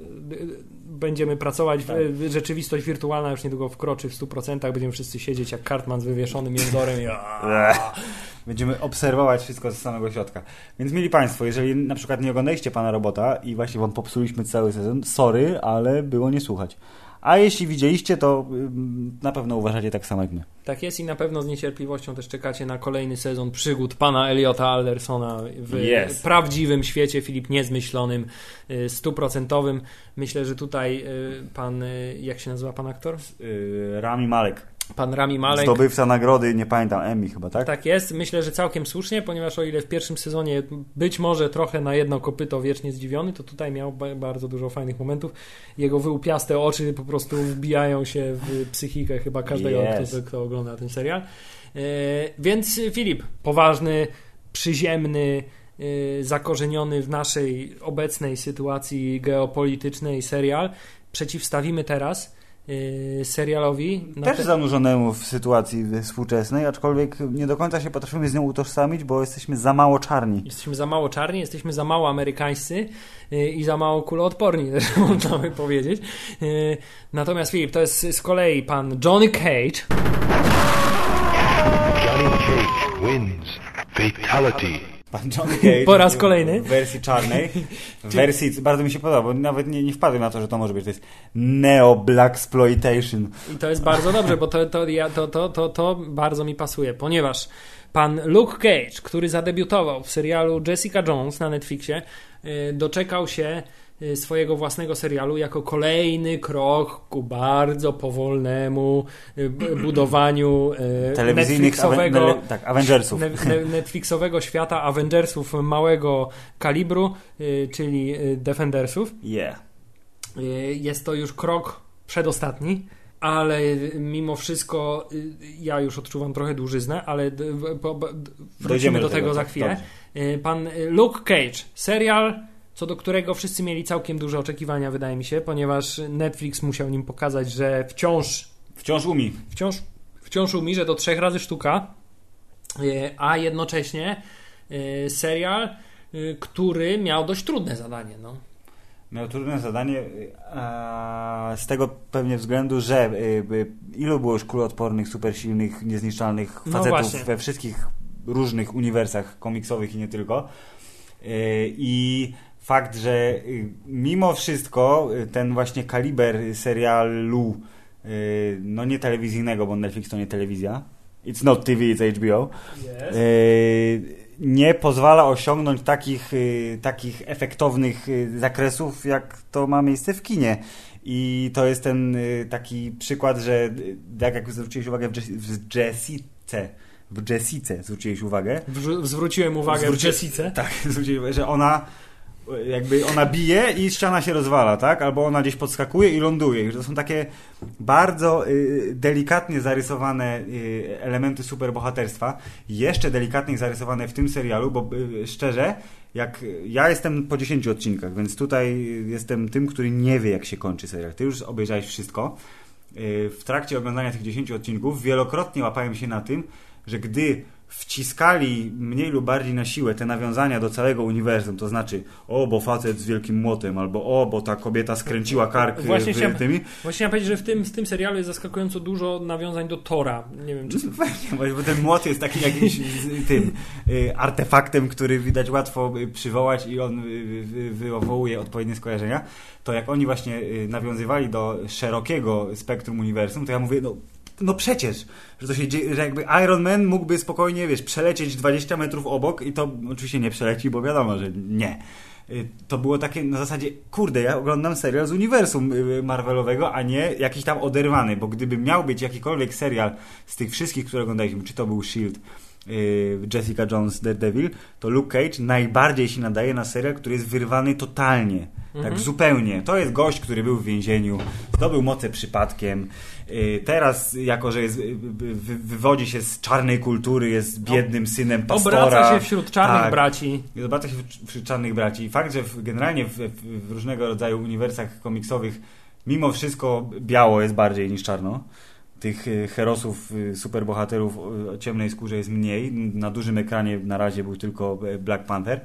będziemy pracować. Tak. Rzeczywistość wirtualna już niedługo wkroczy w stu procentach. Będziemy wszyscy siedzieć jak Cartman z wywieszonym jęzorem i będziemy obserwować wszystko z samego środka. Więc mieli Państwo, jeżeli na przykład nie oglądaliście Pana Robota i właśnie Wam popsuliśmy cały sezon, sorry, ale było nie słuchać. A jeśli widzieliście, to na pewno uważacie tak samo jak my. Tak jest i na pewno z niecierpliwością też czekacie na kolejny sezon przygód pana Eliota Aldersona w yes. prawdziwym świecie, Filip, niezmyślonym, stuprocentowym. Myślę, że tutaj pan, jak się nazywa pan aktor? Rami Malek. Pan Rami Malek. Zdobywca nagrody, nie pamiętam, Emmy chyba, tak? Tak jest. Myślę, że całkiem słusznie, ponieważ o ile w pierwszym sezonie być może trochę na jedno kopyto wiecznie zdziwiony, to tutaj miał bardzo dużo fajnych momentów. Jego wyłupiaste oczy po prostu wbijają się w psychikę chyba każdego, yes. kto, kto ogląda ten serial. E, więc Filip, poważny, przyziemny, e, zakorzeniony w naszej obecnej sytuacji geopolitycznej serial przeciwstawimy teraz serialowi. Też te... zanurzonemu w sytuacji współczesnej, aczkolwiek nie do końca się potrafimy z nią utożsamić, bo jesteśmy za mało czarni. Jesteśmy za mało czarni, jesteśmy za mało amerykańscy i za mało kuloodporni, też można by powiedzieć. Natomiast Filip, to jest z kolei pan Johnny Cage. Johnny Cage wins. Fatality. Pan Johnny Cage po raz kolejny w wersji czarnej, w wersji, bardzo mi się podoba, bo nawet nie, nie wpadłem na to, że to może być, to jest neo-blaxploitation. I to jest bardzo dobrze, bo to, to, to, to, to, to bardzo mi pasuje, ponieważ pan Luke Cage, który zadebiutował w serialu Jessica Jones na Netflixie, doczekał się swojego własnego serialu jako kolejny krok ku bardzo powolnemu budowaniu telewizyjnych Netflixowego, awe- tak, Avengersów. Ne- Netflixowego świata Avengersów małego kalibru, czyli Defendersów. Yeah. Jest to już krok przedostatni, ale mimo wszystko ja już odczuwam trochę dłużyznę, ale wrócimy do, do tego, tego za chwilę. Dobrze. Pan Luke Cage, serial, co do którego wszyscy mieli całkiem duże oczekiwania, wydaje mi się, ponieważ Netflix musiał nim pokazać, że wciąż wciąż umi. Wciąż, wciąż umi, że to trzech razy sztuka, a jednocześnie serial, który miał dość trudne zadanie. No. Miał trudne zadanie a, z tego pewnie względu, że y, ilu było już kuloodpornych, super silnych, niezniszczalnych facetów no we wszystkich różnych uniwersach komiksowych i nie tylko. Y, I fakt, że mimo wszystko ten właśnie kaliber serialu, no nie telewizyjnego, bo Netflix to nie telewizja, it's not T V, it's H B O, yes. nie pozwala osiągnąć takich, takich efektownych zakresów, jak to ma miejsce w kinie. I to jest ten taki przykład, że tak jak zwróciłeś uwagę w, Jess- w Jessice, w Jessice zwróciłeś uwagę. W, zwróciłem uwagę Zwróci- w Jessice. Tak, zwróciłem, że ona jakby ona bije i ściana się rozwala, tak? Albo ona gdzieś podskakuje i ląduje. To są takie bardzo y, delikatnie zarysowane y, elementy superbohaterstwa. Jeszcze delikatniej zarysowane w tym serialu, bo y, szczerze, jak ja jestem po dziesięciu odcinkach, więc tutaj jestem tym, który nie wie, jak się kończy serial. Ty już obejrzałeś wszystko. Y, w trakcie oglądania tych dziesięciu odcinków wielokrotnie łapałem się na tym, że gdy wciskali mniej lub bardziej na siłę te nawiązania do całego uniwersum, to znaczy o, bo facet z wielkim młotem, albo o, bo ta kobieta skręciła kark właśnie w, chciałem, tymi. Właśnie chciałem powiedzieć, że w tym, w tym serialu jest zaskakująco dużo nawiązań do Tora. Nie wiem, czy... Właśnie, bo ten młot jest takim jakimś tym y, artefaktem, który widać łatwo przywołać i on y, y, wywołuje odpowiednie skojarzenia. To jak oni właśnie y, nawiązywali do szerokiego spektrum uniwersum, to ja mówię, no No przecież, że to się dzieje, że jakby Iron Man mógłby spokojnie, wiesz, przelecieć dwadzieścia metrów obok i to oczywiście nie przeleci, bo wiadomo, że nie. To było takie na zasadzie, kurde, ja oglądam serial z uniwersum Marvelowego, a nie jakiś tam oderwany, bo gdyby miał być jakikolwiek serial z tych wszystkich, które oglądaliśmy, czy to był Shield, Jessica Jones, Daredevil, to Luke Cage najbardziej się nadaje na serial, który jest wyrwany totalnie. Mhm. Tak zupełnie. To jest gość, który był w więzieniu, zdobył moce przypadkiem. Teraz, jako że jest, wy, wywodzi się z czarnej kultury, jest biednym synem pastora. Obraca się wśród czarnych tak, braci. Obraca się wśród czarnych braci. I fakt, że w, generalnie w, w różnego rodzaju uniwersach komiksowych mimo wszystko biało jest bardziej niż czarno. Tych herosów, superbohaterów o ciemnej skórze jest mniej. Na dużym ekranie na razie był tylko Black Panther.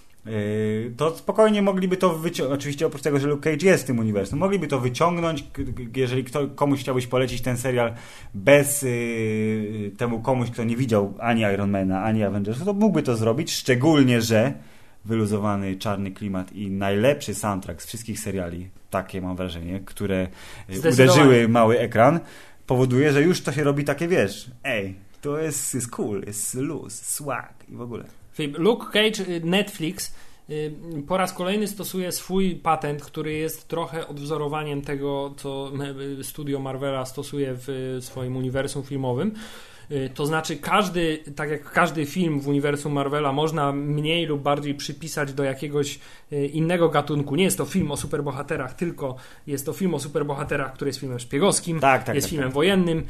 To spokojnie mogliby to wyciągnąć, oczywiście oprócz tego, że Luke Cage jest w tym uniwersum, mogliby to wyciągnąć, jeżeli kto, komuś chciałbyś polecić ten serial bez yy, temu komuś, kto nie widział ani Ironmana, ani Avengersów, to mógłby to zrobić, szczególnie, że wyluzowany czarny klimat i najlepszy soundtrack z wszystkich seriali, takie mam wrażenie, które uderzyły mały ekran, powoduje, że już to się robi takie, wiesz, ej, to jest, jest cool, jest luz, swag i w ogóle. Luke Cage, Netflix po raz kolejny stosuje swój patent, który jest trochę odwzorowaniem tego, co studio Marvela stosuje w swoim uniwersum filmowym. To znaczy każdy, tak jak każdy film w uniwersum Marvela można mniej lub bardziej przypisać do jakiegoś innego gatunku. Nie jest to film o superbohaterach, tylko jest to film o superbohaterach, który jest filmem szpiegowskim, tak, tak, jest tak, filmem tak. wojennym,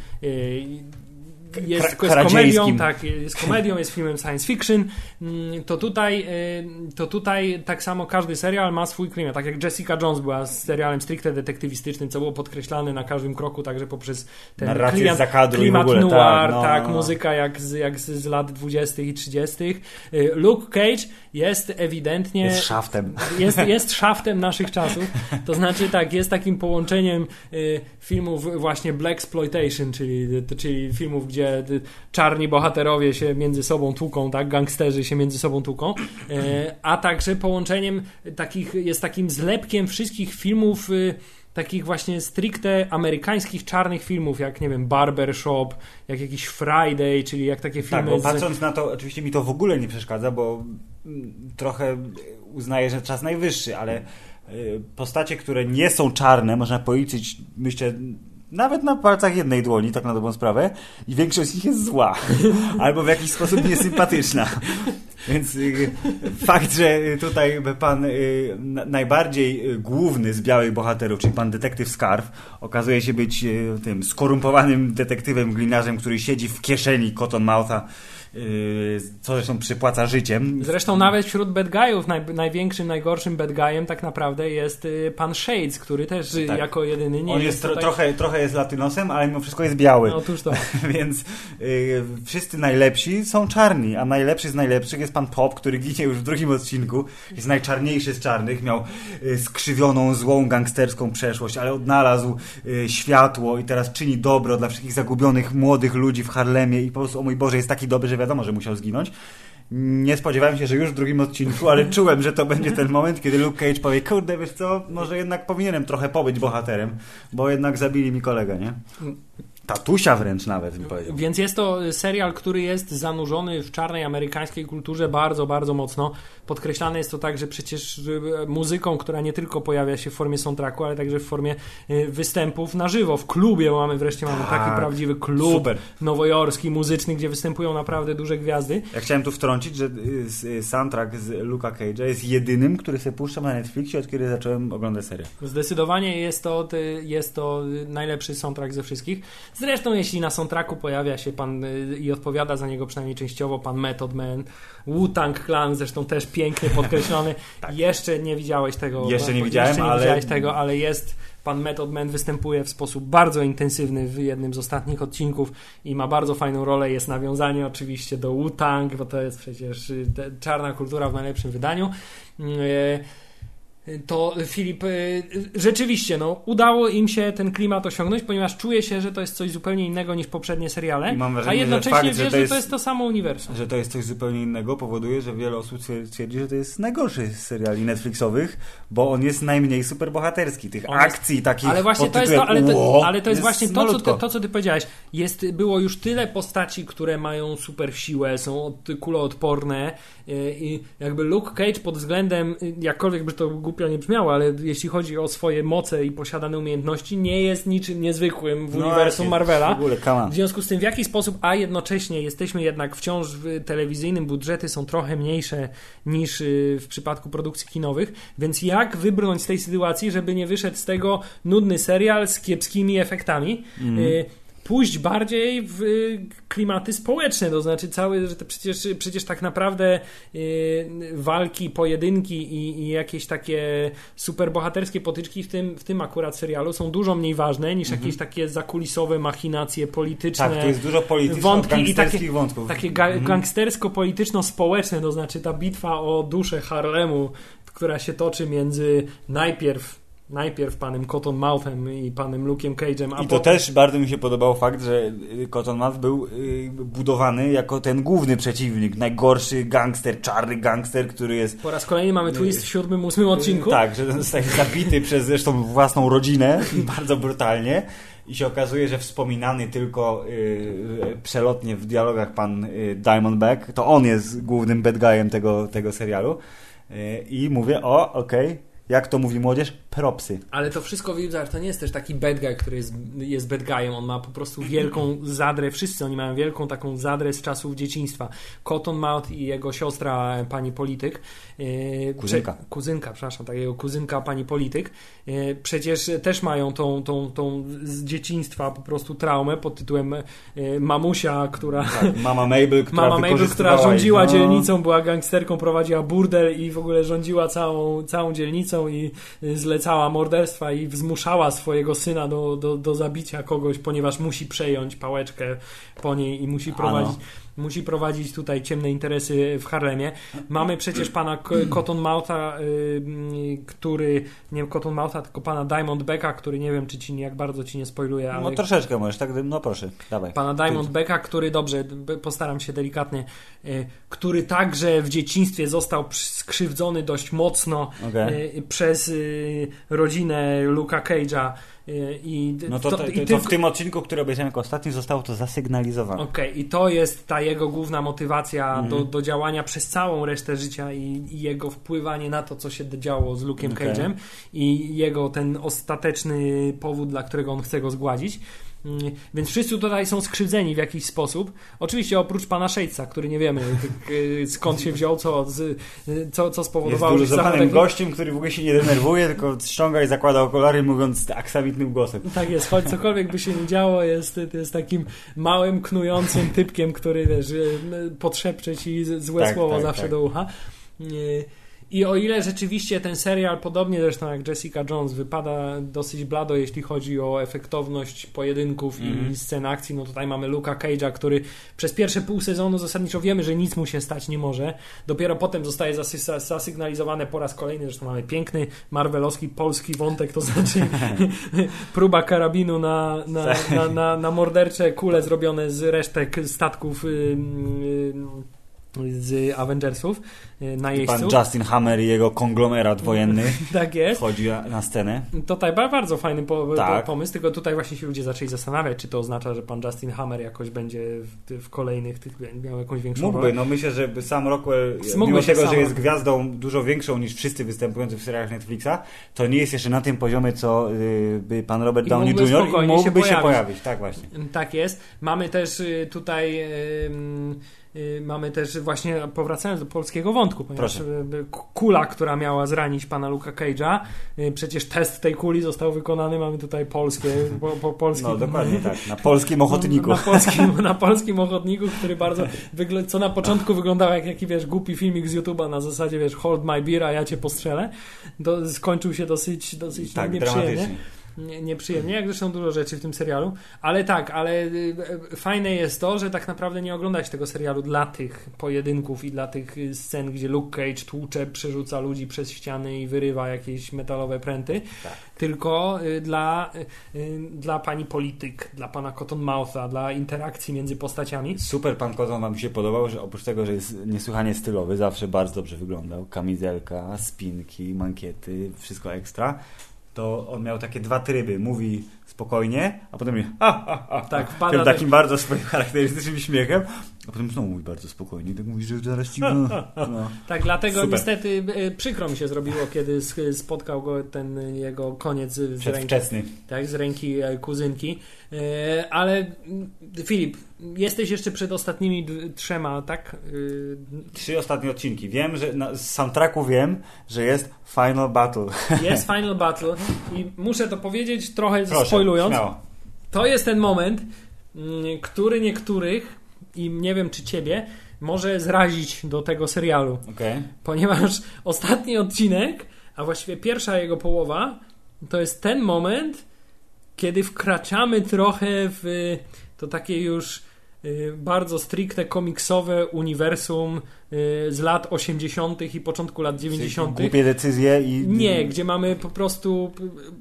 jest, jest komedią, tak, jest komedią, jest filmem science fiction, to tutaj, to tutaj tak samo każdy serial ma swój klimat, tak jak Jessica Jones była z serialem stricte detektywistycznym, co było podkreślane na każdym kroku, także poprzez ten klimat, klimat noir, tak, no, tak no. muzyka jak, z, jak z, z lat dwudziestych i trzydziestych. Luke Cage jest ewidentnie jest szaftem. Jest, jest szaftem naszych czasów, to znaczy tak, jest takim połączeniem y, filmów właśnie blaxploitation, czyli, czyli filmów, gdzie czarni bohaterowie się między sobą tłuką, tak, gangsterzy się między sobą tłuką, y, a także połączeniem takich, jest takim zlepkiem wszystkich filmów y, takich właśnie stricte amerykańskich czarnych filmów, jak nie wiem, Barbershop, jak jakiś Friday, czyli jak takie filmy... Tak, bo patrząc z... na to, oczywiście mi to w ogóle nie przeszkadza, bo trochę uznaję, że czas najwyższy, ale postacie, które nie są czarne, można policzyć, myślę, nawet na palcach jednej dłoni, tak na dobrą sprawę, i większość z nich jest zła. Albo w jakiś sposób niesympatyczna. Więc y, fakt, że tutaj pan y, najbardziej główny z białych bohaterów, czyli pan detektyw Scarf, okazuje się być y, tym skorumpowanym detektywem glinarzem, który siedzi w kieszeni Cottonmoutha, y, co zresztą przypłaca życiem. Zresztą nawet wśród bad guyów naj, największym, najgorszym bad guyem tak naprawdę jest y, pan Shades, który też tak. jako jedyny nie On jest... jest tutaj... trochę, trochę jest latynosem, ale mimo wszystko jest biały. Otóż to. Więc y, wszyscy najlepsi są czarni, a najlepszy z najlepszych jest pan Pop, który ginie już w drugim odcinku. Jest najczarniejszy z czarnych. Miał y, skrzywioną, złą, gangsterską przeszłość, ale odnalazł y, światło i teraz czyni dobro dla wszystkich zagubionych młodych ludzi w Harlemie i po prostu, o mój Boże, jest taki dobry, że wiadomo, że musiał zginąć. Nie spodziewałem się, że już w drugim odcinku, ale czułem, że to będzie ten moment, kiedy Luke Cage powie, kurde, wiesz co, może jednak powinienem trochę pobyć bohaterem, bo jednak zabili mi kolegę, nie? tatusia wręcz nawet, bym powiedział. Więc jest to serial, który jest zanurzony w czarnej amerykańskiej kulturze bardzo, bardzo mocno. Podkreślane jest to tak, że przecież muzyką, która nie tylko pojawia się w formie soundtracku, ale także w formie występów na żywo. W klubie mamy wreszcie mamy tak, taki prawdziwy klub super. nowojorski, muzyczny, gdzie występują naprawdę duże gwiazdy. Ja chciałem tu wtrącić, że soundtrack z Luka Cage'a jest jedynym, który sobie puszczam na Netflixie, od kiedy zacząłem oglądać serial. Zdecydowanie jest to, jest to najlepszy soundtrack ze wszystkich. Zresztą jeśli na soundtracku pojawia się pan i odpowiada za niego przynajmniej częściowo pan Method Man, Wu-Tang Clan zresztą też pięknie podkreślony. Tak. Jeszcze nie widziałeś tego. Jeszcze nie widziałem, jeszcze nie ale... widziałeś tego, ale jest pan Method Man, występuje w sposób bardzo intensywny w jednym z ostatnich odcinków i ma bardzo fajną rolę. Jest nawiązanie oczywiście do Wu-Tang, bo to jest przecież czarna kultura w najlepszym wydaniu. To Filip, rzeczywiście no, udało im się ten klimat osiągnąć, ponieważ czuje się, że to jest coś zupełnie innego niż poprzednie seriale, wrażenie, a jednocześnie fakt, wiesz, że to, jest, jest, to jest to samo uniwersum. Że to jest coś zupełnie innego powoduje, że wiele osób twierdzi, że to jest najgorszy z seriali Netflixowych, bo on jest najmniej superbohaterski. Tych on akcji jest, takich ale właśnie to jest to, ale to, ale to jest, jest właśnie to co, ty, to, co ty powiedziałeś. Jest, było już tyle postaci, które mają super siłę, są od, kuloodporne i jakby Luke Cage pod względem, jakkolwiek by to głupio nie brzmiało, ale jeśli chodzi o swoje moce i posiadane umiejętności, nie jest niczym niezwykłym w no uniwersum właśnie, Marvela. W, ogóle, w związku z tym w jaki sposób, a jednocześnie jesteśmy jednak wciąż w telewizyjnym, budżety są trochę mniejsze niż w przypadku produkcji kinowych, więc jak wybrnąć z tej sytuacji, żeby nie wyszedł z tego nudny serial z kiepskimi efektami. Mm. Y- pójść bardziej w klimaty społeczne, to znaczy całe, że to przecież, przecież tak naprawdę yy, walki, pojedynki i, i jakieś takie superbohaterskie potyczki w tym, w tym akurat serialu są dużo mniej ważne niż mhm. jakieś takie zakulisowe machinacje polityczne. Tak, to jest dużo polityczno-gangsterskich i takie, wątków. Takie ga- mhm. gangstersko-polityczno-społeczne, to znaczy ta bitwa o duszę Harlemu, która się toczy między najpierw Najpierw panem Cottonmouthem i panem Luke'em Cage'em. A I to potem... też bardzo mi się podobał fakt, że Cottonmouth był y, budowany jako ten główny przeciwnik, najgorszy gangster, czarny gangster, który jest... Po raz kolejny mamy twist w siódmym, ósmym odcinku. Tak, że zostaje zabity przez zresztą własną rodzinę, bardzo brutalnie. I się okazuje, że wspominany tylko y, przelotnie w dialogach pan y, Diamondback, to on jest głównym bad guyem tego, tego serialu. Y, I mówię, o, okej, okay. Jak to mówi młodzież? Propsy. Ale to wszystko, to nie jest też taki bad guy, który jest, jest bad guyem. On ma po prostu wielką zadrę. Wszyscy oni mają wielką taką zadrę z czasów dzieciństwa. Cottonmouth i jego siostra, pani polityk. Yy, kuzynka. Prze- kuzynka, przepraszam, tak, jego kuzynka, pani polityk. Yy, przecież też mają tą, tą, tą z dzieciństwa po prostu traumę pod tytułem yy, mamusia, która... Tak, mama Mabel, która Mama Mabel, która rządziła no. dzielnicą, była gangsterką, prowadziła burdel i w ogóle rządziła całą, całą dzielnicą i zlecała morderstwa i zmuszała swojego syna do, do, do zabicia kogoś, ponieważ musi przejąć pałeczkę po niej i musi prowadzić, musi prowadzić tutaj ciemne interesy w Harlemie. Mamy przecież pana Cottonmoutha, yy, który, nie wiem, Cottonmoutha, tylko pana Diamondbacka, który nie wiem, czy ci jak bardzo ci nie spoiluje, ale... No troszeczkę możesz, tak? No proszę, dawaj. Pana Diamondbacka, który, dobrze, postaram się delikatnie, yy, który także w dzieciństwie został skrzywdzony dość mocno okay. yy, przez yy, rodzinę Luke'a Cage'a. I no to, to, to, to, to w tym odcinku, który obejrzałem jako ostatni, zostało to zasygnalizowane. Okej, okay. I to jest ta jego główna motywacja mm. do, do działania przez całą resztę życia i, i jego wpływanie na to, co się działo z Luke'em okay. Cage'em i jego ten ostateczny powód, dla którego on chce go zgładzić. Więc wszyscy tutaj są skrzywdzeni w jakiś sposób. Oczywiście oprócz pana Shadesa, który nie wiemy skąd się wziął, co, co, co spowodowało, jest wyluzowanym taki... gościem, który w ogóle się nie denerwuje, tylko ściąga i zakłada okulary, mówiąc aksamitnym głosem. Tak jest, choć cokolwiek by się nie działo, jest, jest takim małym, knującym typkiem, który wiesz, podszepcze ci złe tak, słowo tak, zawsze tak. do ucha. I o ile rzeczywiście ten serial, podobnie zresztą jak Jessica Jones, wypada dosyć blado, jeśli chodzi o efektowność pojedynków mm. i scen akcji, no tutaj mamy Luke'a Cage'a, który przez pierwsze pół sezonu zasadniczo wiemy, że nic mu się stać nie może. Dopiero potem zostaje zasy- zasygnalizowane po raz kolejny, zresztą mamy piękny marvelowski, polski wątek, to znaczy próba karabinu na, na, na, na, na mordercze kule zrobione z resztek statków yy, yy, z Avengersów, najeźdźców. Pan Justin Hammer i jego konglomerat wojenny tak jest. wchodzi na scenę. Tutaj bardzo fajny po, tak. pomysł, tylko tutaj właśnie się ludzie zaczęli zastanawiać, czy to oznacza, że pan Justin Hammer jakoś będzie w, w kolejnych tych miał jakąś większą Mógłby, rolę. no myślę, że sam Rockwell, Mógłby mimo tego, sam... że jest gwiazdą dużo większą niż wszyscy występujący w serialach Netflixa, to nie jest jeszcze na tym poziomie, co y, by pan Robert I Downey mógłby junior i mógłby się pojawić. się pojawić. Tak właśnie. Tak jest. Mamy też y, tutaj y, y, mamy też właśnie, powracając do polskiego wątku, ponieważ Proszę. kula, która miała zranić pana Luke'a Cage'a, y, przecież test tej kuli został wykonany, mamy tutaj polskie, po, po polskim, no dokładnie tak, na polskim ochotniku. Na polskim, na polskim ochotniku, który bardzo, wygl- co na początku wyglądał jak jakiś, wiesz, głupi filmik z YouTube'a na zasadzie, wiesz, hold my beer, a ja cię postrzelę. Do, skończył się dosyć, dosyć tak, nieprzyjemnie. Nie, nieprzyjemnie, jak zresztą dużo rzeczy w tym serialu, ale tak, ale y, fajne jest to, że tak naprawdę nie oglądać tego serialu dla tych pojedynków i dla tych scen, gdzie Luke Cage tłucze, przerzuca ludzi przez ściany i wyrywa jakieś metalowe pręty, tak. tylko y, dla, y, dla pani polityk, dla pana Cottonmoutha, dla interakcji między postaciami. Super pan Cotton wam się podobał, że oprócz tego, że jest niesłychanie stylowy, zawsze bardzo dobrze wyglądał, kamizelka, spinki, mankiety, wszystko ekstra, to on miał takie dwa tryby. Mówi spokojnie, a potem mówi ha, ha, ha, tak, wpada tym takim bardzo swoim charakterystycznym śmiechem, a potem znowu mówi bardzo spokojnie. Tak mówi, że zaraz ci... No. Tak, dlatego Super. niestety przykro mi się zrobiło, kiedy spotkał go ten jego koniec z ręki, tak, z ręki kuzynki. Ale Filip, jesteś jeszcze przed ostatnimi trzema, tak? Trzy ostatnie odcinki. Wiem, że na, z soundtracku wiem, że jest Final Battle. Jest Final Battle i muszę to powiedzieć trochę Proszę, spoilując. Śmiało. To jest ten moment, który niektórych, i nie wiem czy ciebie, może zrazić do tego serialu. Okay. Ponieważ ostatni odcinek, a właściwie pierwsza jego połowa, to jest ten moment, kiedy wkraczamy trochę w to takie już bardzo stricte komiksowe uniwersum z lat osiemdziesiątych i początku lat dziewięćdziesiątych. Głupie decyzje i... Nie, gdzie mamy po prostu...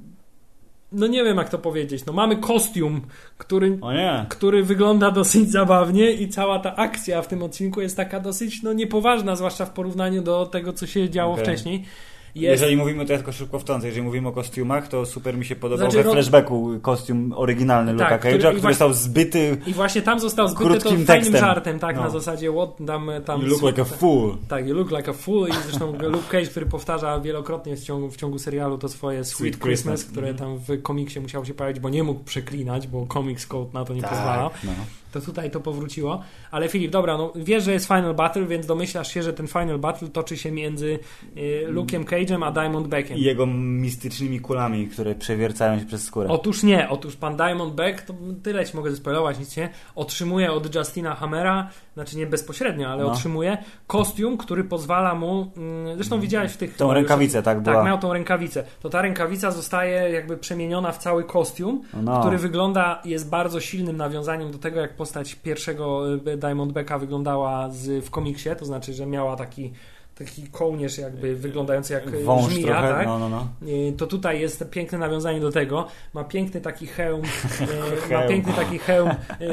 No nie wiem jak to powiedzieć. No mamy kostium, który, który wygląda dosyć zabawnie i cała ta akcja w tym odcinku jest taka dosyć no, niepoważna, zwłaszcza w porównaniu do tego, co się działo okay. wcześniej. Jest... Jeżeli mówimy, to ja tylko szybko wtrącę, jeżeli mówimy o kostiumach, to super mi się podobał znaczy, we flashbacku kostium oryginalny Luke'a tak, Cage'a, który, który właśnie, został zbyty i właśnie tam został zbyty to fajnym tekstem. żartem, tak, no. na zasadzie what, tam, tam you look like a fool. Tak, you look like a fool i zresztą Luke Cage, który powtarza wielokrotnie w ciągu, w ciągu serialu to swoje Sweet, Sweet Christmas, Christmas, które mm. tam w komiksie musiał się pojawić, bo nie mógł przeklinać, bo Comics Code na to nie tak, pozwalał. No. To tutaj to powróciło. Ale Filip, dobra, no wiesz, że jest Final Battle, więc domyślasz się, że ten Final Battle toczy się między y, Luke'em Cage'em a Diamondbackiem. I jego mistycznymi kulami, które przewiercają się przez skórę. Otóż nie. Otóż pan Diamondback, to tyle ci mogę zaspoilować, nic nie, otrzymuje od Justina Hammera, znaczy nie bezpośrednio, ale no. otrzymuje kostium, który pozwala mu, mm, zresztą widziałeś w tych... Tą rękawicę, tak była. Tak, miał tą rękawicę. To ta rękawica zostaje jakby przemieniona w cały kostium, no. który wygląda, jest bardzo silnym nawiązaniem do tego, jak postać pierwszego Diamondbacka wyglądała z, w komiksie, to znaczy, że miała taki taki kołnierz jakby wyglądający jak wąż żmija, trochę, tak? No, no, no. To tutaj jest piękne nawiązanie do tego. Ma piękny taki hełm, ma piękny taki hełm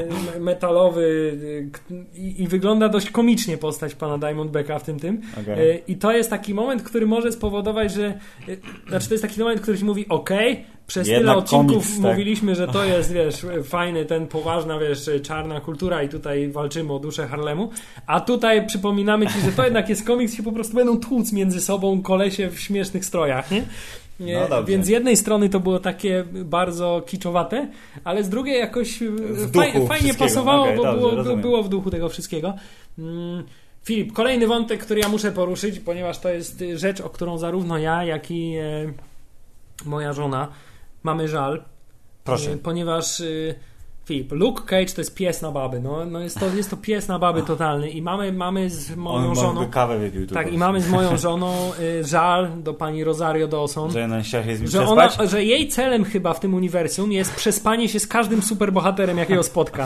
metalowy i, i wygląda dość komicznie postać pana Diamondbacka w tym tym. Okay. I to jest taki moment, który może spowodować, że znaczy to jest taki moment, który ci mówi okej, okay, przez Jednak tyle odcinków komiks, mówiliśmy, tak. że to jest, wiesz, fajny, ten poważna, wiesz, czarna kultura i tutaj walczymy o duszę Harlemu, a tutaj przypominamy ci, że to jednak jest komiks i się po prostu będą tłuc między sobą kolesie w śmiesznych strojach, nie? No więc z jednej strony to było takie bardzo kiczowate, ale z drugiej jakoś faj, fajnie pasowało, okay, bo dobrze, było, było w duchu tego wszystkiego. Hmm. Filip, kolejny wątek, który ja muszę poruszyć, ponieważ to jest rzecz, o którą zarówno ja, jak i e, moja żona mamy żal. Proszę. E, ponieważ e, Filip, Luke Cage to jest pies na baby. No, no jest, to, jest to pies na baby totalny i mamy, mamy z moją On żoną kawę wypił tak, i mamy z moją żoną y, żal do pani Rosario Dawson, że, na jest że, ona, że jej celem chyba w tym uniwersum jest przespanie się z każdym superbohaterem, jakiego spotka.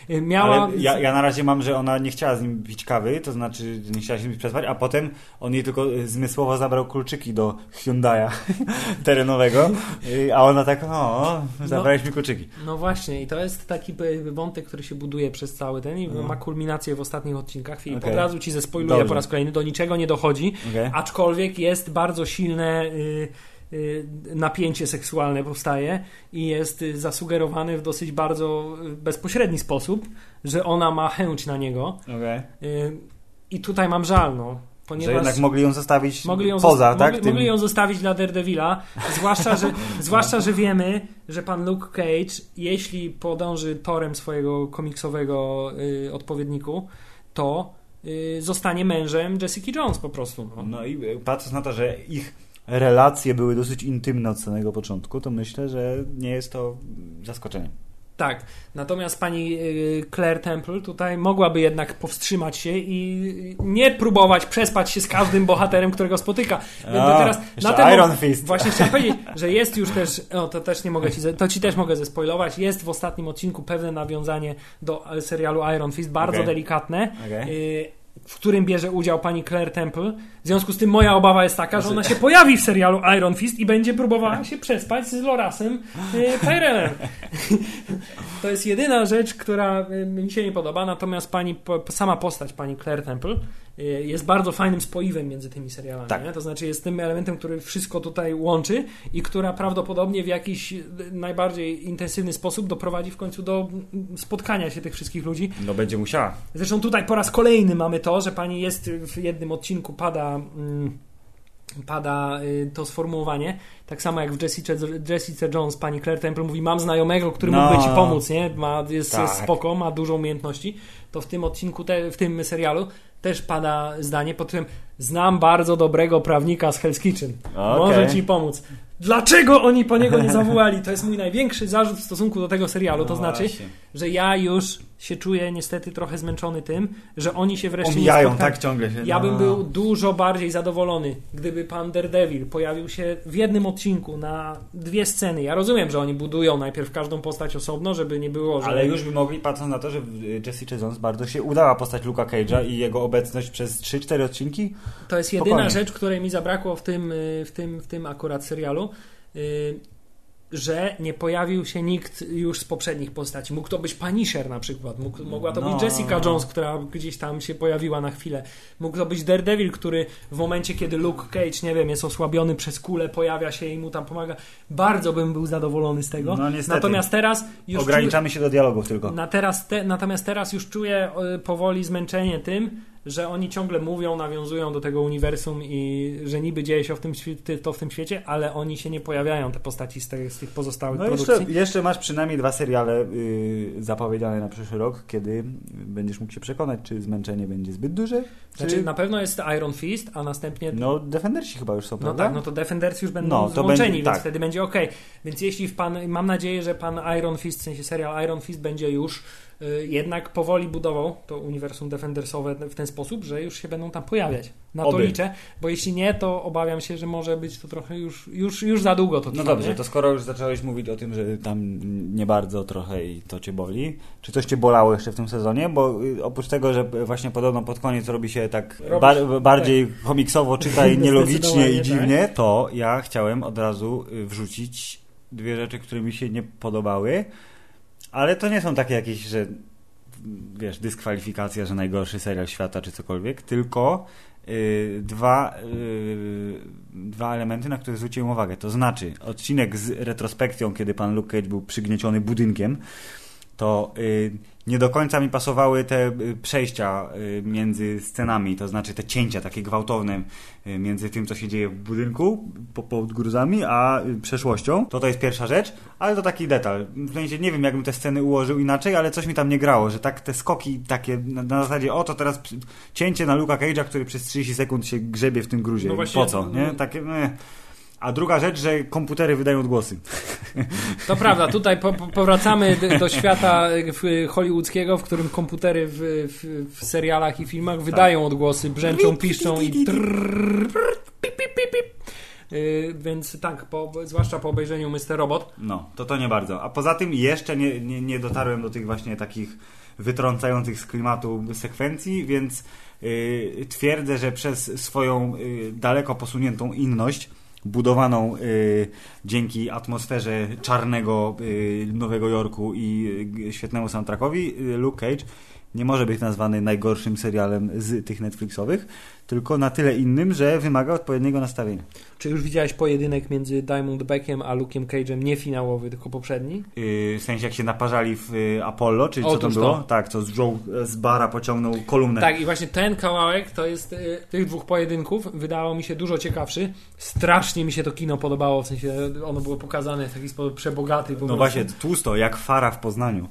Miała... Ale ja, ja na razie mam, że ona nie chciała z nim pić kawy, to znaczy nie chciała się z nim przespać, a potem on jej tylko zmysłowo zabrał kluczyki do Hyundai'a terenowego, a ona tak, o, zabrałeś no, mi kluczyki. No właśnie i to jest taki wątek, który się buduje przez cały ten i no. ma kulminację w ostatnich odcinkach. Filip, okay. Od razu ci zespoiluję Dobrze. po raz kolejny, do niczego nie dochodzi, okay. aczkolwiek jest bardzo silne y, y, napięcie seksualne powstaje i jest zasugerowany w dosyć bardzo bezpośredni sposób, że ona ma chęć na niego. Okay. Y, I tutaj mam żal, no. Ponieważ że jednak mogli ją zostawić mogli ją poza, zosta- tak? Mogli, Tym... mogli ją zostawić dla Daredevila, zwłaszcza, że, zwłaszcza, że wiemy, że pan Luke Cage, jeśli podąży torem swojego komiksowego y, odpowiedniku, to y, zostanie mężem Jessica Jones po prostu. No, no i patrząc na to, że ich relacje były dosyć intymne od samego początku, to myślę, że nie jest to zaskoczenie. Tak, natomiast pani Claire Temple tutaj mogłaby jednak powstrzymać się i nie próbować przespać się z każdym bohaterem, którego spotyka. Będę A, teraz na ten Iron moment, Fist. Właśnie chciałem powiedzieć, że jest już też, o, to też nie mogę ci, to ci też mogę zespoilować, jest w ostatnim odcinku pewne nawiązanie do serialu Iron Fist, bardzo okay. delikatne. Okay. Y- w którym bierze udział pani Claire Temple. W związku z tym moja obawa jest taka, że ona się pojawi w serialu Iron Fist i będzie próbowała się przespać z Lorasem y, Tyrellem. To jest jedyna rzecz, która y, mi się nie podoba, natomiast pani, po, sama postać pani Claire Temple y, jest bardzo fajnym spoiwem między tymi serialami. Tak. Nie? To znaczy jest tym elementem, który wszystko tutaj łączy i która prawdopodobnie w jakiś najbardziej intensywny sposób doprowadzi w końcu do spotkania się tych wszystkich ludzi. No będzie musiała. Zresztą tutaj po raz kolejny mamy to, że pani jest w jednym odcinku pada mm, pada y, to sformułowanie, tak samo jak w Jessica, Jessica Jones pani Claire Temple mówi, mam znajomego, który no. mógłby ci pomóc, nie? Ma, jest, tak. jest spoko, ma dużo umiejętności, to w tym odcinku, te, w tym serialu też pada zdanie, pod którym znam bardzo dobrego prawnika z Hell's Kitchen, okay. może ci pomóc. Dlaczego oni po niego nie zawołali? To jest mój największy zarzut w stosunku do tego serialu. To no znaczy, właśnie. że ja już się czuję niestety trochę zmęczony tym, że oni się wreszcie Omijają, nie spotkali. tak ciągle się. Ja no. bym był dużo bardziej zadowolony, gdyby pan Daredevil pojawił się w jednym odcinku na dwie sceny. Ja rozumiem, że oni budują najpierw każdą postać osobno, żeby nie było, że... Ale już by mogli, patrząc na to, że Jessica Jones bardzo się udała postać Luke'a Cage'a i jego obecność przez trzy cztery odcinki. To jest jedyna Spokojnie. rzecz, której mi zabrakło w tym, w tym, w tym akurat serialu. Yy, że nie pojawił się nikt już z poprzednich postaci. Mógł to być Punisher na przykład, Mógł, mogła to no. być Jessica Jones, która gdzieś tam się pojawiła na chwilę. Mógł to być Daredevil, który w momencie, kiedy Luke Cage, nie wiem, jest osłabiony przez kulę, pojawia się i mu tam pomaga. Bardzo bym był zadowolony z tego. No, niestety. Natomiast teraz już ograniczamy czuję, się do dialogów tylko. Na teraz te, natomiast teraz już czuję powoli zmęczenie tym, że oni ciągle mówią, nawiązują do tego uniwersum i że niby dzieje się w tym, to w tym świecie, ale oni się nie pojawiają, te postaci z, te, z tych pozostałych no produkcji. Jeszcze, jeszcze masz przynajmniej dwa seriale yy, zapowiedziane na przyszły rok, kiedy będziesz mógł się przekonać, czy zmęczenie będzie zbyt duże. Znaczy czy... na pewno jest Iron Fist, a następnie... No Defendersi chyba już są, no prawda? Tak, no to Defendersi już będą no, złączeni, będzie, więc tak. wtedy będzie okej. Okay. Więc jeśli w pan, mam nadzieję, że pan Iron Fist, w sensie serial Iron Fist będzie już jednak powoli budował to uniwersum Defendersowe w ten sposób, że już się będą tam pojawiać. Na to Oby. liczę, bo jeśli nie, to obawiam się, że może być to trochę już, już, już za długo to trwa. No dobrze, nie? to skoro już zacząłeś mówić o tym, że tam nie bardzo trochę i to cię boli, czy coś cię bolało jeszcze w tym sezonie? Bo oprócz tego, że właśnie podobno pod koniec robi się tak Robisz, bar- bardziej tak. komiksowo, czytaj nielogicznie i dziwnie, tak? To ja chciałem od razu wrzucić dwie rzeczy, które mi się nie podobały. Ale to nie są takie jakieś, że wiesz, dyskwalifikacja, że najgorszy serial świata czy cokolwiek, tylko yy, dwa, yy, dwa elementy, na które zwróciłem uwagę. To znaczy odcinek z retrospekcją, kiedy pan Luke Cage był przygnieciony budynkiem, to yy, nie do końca mi pasowały te przejścia między scenami, to znaczy te cięcia takie gwałtowne między tym, co się dzieje w budynku pod gruzami, a przeszłością. To to jest pierwsza rzecz, ale to taki detal. W sensie nie wiem, jakbym te sceny ułożył inaczej, ale coś mi tam nie grało, że tak te skoki takie na, na zasadzie, o to teraz cięcie na Luke'a Cage'a, który przez trzydzieści sekund się grzebie w tym gruzie. No właśnie, po co? Nie? Takie... Nie. A druga rzecz, że komputery wydają odgłosy. To prawda, tutaj po, po, powracamy do, do świata hollywoodzkiego, w którym komputery w, w, w serialach i filmach wydają odgłosy, brzęczą, piszczą i trrr, pip, pip, pip, pip. Yy, więc tak, po, zwłaszcza po obejrzeniu mister Robot. No, to to nie bardzo. A poza tym jeszcze nie, nie, nie dotarłem do tych właśnie takich wytrącających z klimatu sekwencji, więc yy, twierdzę, że przez swoją yy, daleko posuniętą inność budowaną y, dzięki atmosferze czarnego y, Nowego Jorku i y, świetnemu soundtrackowi, y, Luke Cage nie może być nazwany najgorszym serialem z tych Netflixowych, tylko na tyle innym, że wymaga odpowiedniego nastawienia. Czy już widziałeś pojedynek między Diamondbackiem a Luke'em Cage'em, nie finałowy, tylko poprzedni? Yy, w sensie jak się naparzali w y, Apollo, czyli co Otóż to było? to. Tak, co wziął z bara, pociągnął kolumnę. Tak, i właśnie ten kawałek to jest y, tych dwóch pojedynków wydało mi się dużo ciekawszy. Strasznie mi się to kino podobało, w sensie ono było pokazane w taki sposób przebogaty. Po no prostu. właśnie, tłusto, jak Fara w Poznaniu.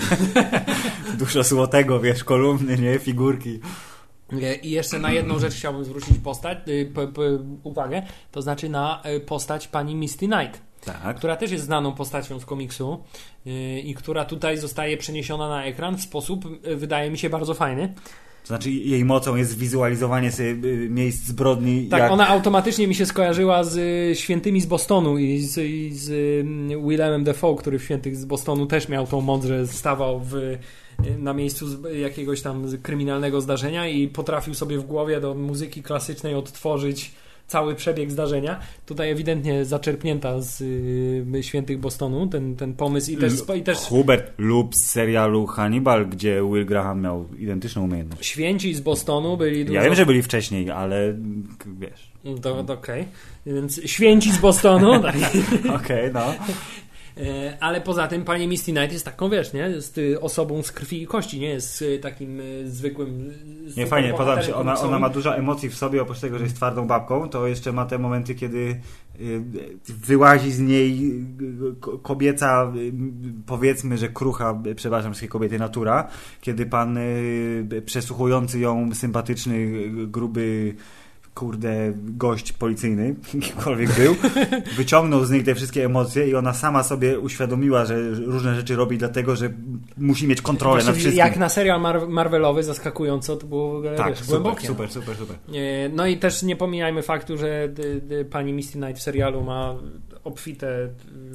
Dużo złotego, wiesz, kolumny, nie? Figurki. I jeszcze na jedną rzecz chciałbym zwrócić postać, p, p, uwagę, to znaczy na postać pani Misty Knight, tak. która też jest znaną postacią z komiksu yy, i która tutaj zostaje przeniesiona na ekran w sposób, yy, wydaje mi się, bardzo fajny. To znaczy jej mocą jest wizualizowanie sobie miejsc zbrodni. Tak, jak... ona automatycznie mi się skojarzyła z y, Świętymi z Bostonu i z, i z y, Willemem Dafoe, który w Świętych z Bostonu też miał tą moc, że stawał w na miejscu jakiegoś tam kryminalnego zdarzenia i potrafił sobie w głowie do muzyki klasycznej odtworzyć cały przebieg zdarzenia. Tutaj ewidentnie zaczerpnięta z y, Świętych Bostonu ten, ten pomysł i też, i też... Hubert lub z serialu Hannibal, gdzie Will Graham miał identyczną umiejętność. Święci z Bostonu byli dużo... Ja wiem, że byli wcześniej, ale wiesz... To, to okej. Okay. Więc święci z Bostonu... tak. Okej, okay, no. Ale poza tym pani Misty Knight jest taką, wiesz, nie? Jest osobą z krwi i kości, nie jest takim zwykłym... Nie, fajnie, podoba mi się. Ona, ona ma dużo emocji w sobie, oprócz tego, że jest twardą babką, to jeszcze ma te momenty, kiedy wyłazi z niej kobieca, powiedzmy, że krucha, przepraszam, wszystkie kobiety, natura, kiedy pan przesłuchujący ją sympatyczny, gruby kurde, gość policyjny, kimkolwiek był, wyciągnął z niej te wszystkie emocje i ona sama sobie uświadomiła, że różne rzeczy robi dlatego, że musi mieć kontrolę Właśnie nad wszystkim. Jak na serial Mar- Marvelowy, zaskakująco, to było tak, wiesz, super, głębokie. super, super, super. No i też nie pomijajmy faktu, że d- d- pani Misty Knight w serialu ma obfite...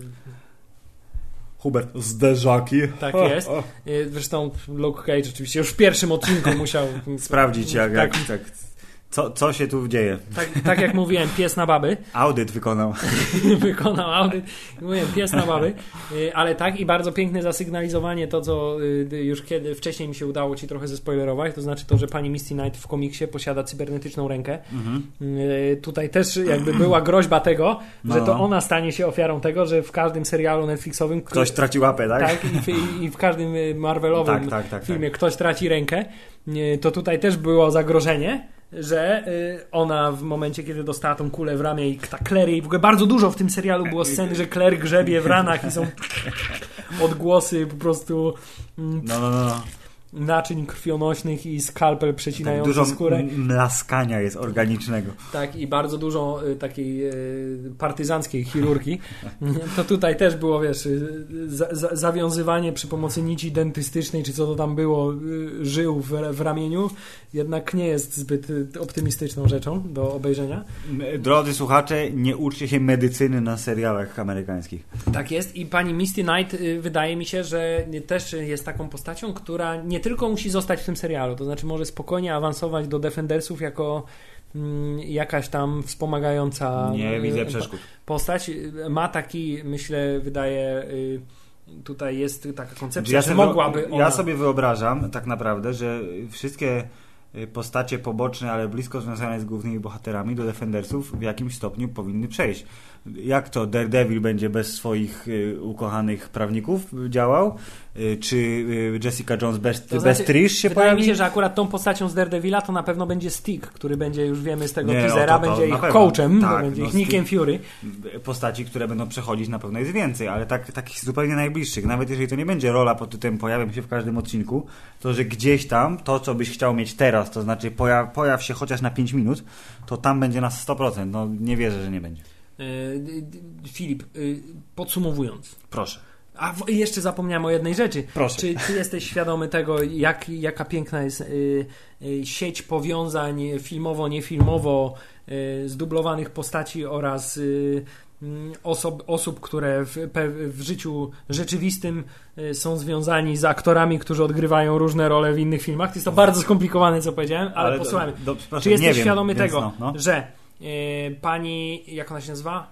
Hubert, zderzaki. Tak jest. Zresztą Luke Cage oczywiście już w pierwszym odcinku musiał... sprawdzić jak... tak, jak, tak. Co, co się tu dzieje? Tak, tak jak mówiłem, pies na baby. Audyt wykonał. wykonał audyt. Mówiłem, pies na baby. Ale tak i bardzo piękne zasygnalizowanie to, co już kiedy wcześniej mi się udało ci trochę zespoilerować, to znaczy to, że pani Misty Knight w komiksie posiada cybernetyczną rękę. Mhm. Tutaj też jakby była groźba tego, no. że to ona stanie się ofiarą tego, że w każdym serialu Netflixowym ktoś traci łapę, tak? Tak, i w, i w każdym Marvelowym tak, tak, tak, filmie tak. ktoś traci rękę. To tutaj też było zagrożenie, że y, ona w momencie, kiedy dostała tą kulę w ramię i ta Claire, i w ogóle bardzo dużo w tym serialu było sceny, że Claire grzebie w ranach i są odgłosy po prostu mm, no, no, no. naczyń krwionośnych i skalpel przecinający tak, dużo skórę. M- mlaskania jest organicznego. Tak, i bardzo dużo y, takiej y, partyzanckiej chirurgii. To tutaj też było, wiesz, y, za, za, zawiązywanie przy pomocy nici dentystycznej, czy co to tam było, y, żył w, w ramieniu, jednak nie jest zbyt y, optymistyczną rzeczą do obejrzenia. Drodzy słuchacze, nie uczcie się medycyny na serialach amerykańskich. Tak jest i pani Misty Knight y, wydaje mi się, że też jest taką postacią, która nie tylko musi zostać w tym serialu, to znaczy może spokojnie awansować do Defendersów jako mm, jakaś tam wspomagająca nie y, widzę przeszkód. Postać. Ma taki, myślę, wydaje y, tutaj jest taka koncepcja, ja że sobie, mogłaby ona... Ja sobie wyobrażam tak naprawdę, że wszystkie postacie poboczne, ale blisko związane z głównymi bohaterami do Defendersów w jakimś stopniu powinny przejść. Jak to Daredevil będzie bez swoich y, ukochanych prawników działał? Y, czy y, Jessica Jones bez, to znaczy, bez Trish się wydaje pojawi? mi się, że akurat tą postacią z Daredevila to na pewno będzie Stick, który będzie, już wiemy z tego Nie, teasera, to, to, będzie ich pewno. coachem, tak, będzie no, ich Nickiem Fury. Postaci, które będą przechodzić, na pewno jest więcej, ale tak, takich zupełnie najbliższych. Nawet jeżeli to nie będzie rola pod tytułem pojawiam się w każdym odcinku, to że gdzieś tam to, co byś chciał mieć teraz, to znaczy pojaw, pojaw się chociaż na pięć minut, to tam będzie na sto procent. No nie wierzę, że nie będzie. Filip, podsumowując. Proszę. A w, jeszcze zapomniałem o jednej rzeczy. Proszę. Czy ty jesteś świadomy tego, jak, jaka piękna jest y, y, sieć powiązań filmowo-niefilmowo y, zdublowanych postaci oraz y, Osob, osób, które w, w życiu rzeczywistym są związani z aktorami, którzy odgrywają różne role w innych filmach. To jest to bardzo skomplikowane, co powiedziałem, ale, ale posłuchajmy. Do, do, Czy jesteś świadomy wiem, tego, no, no. że y, pani, jak ona się nazywa?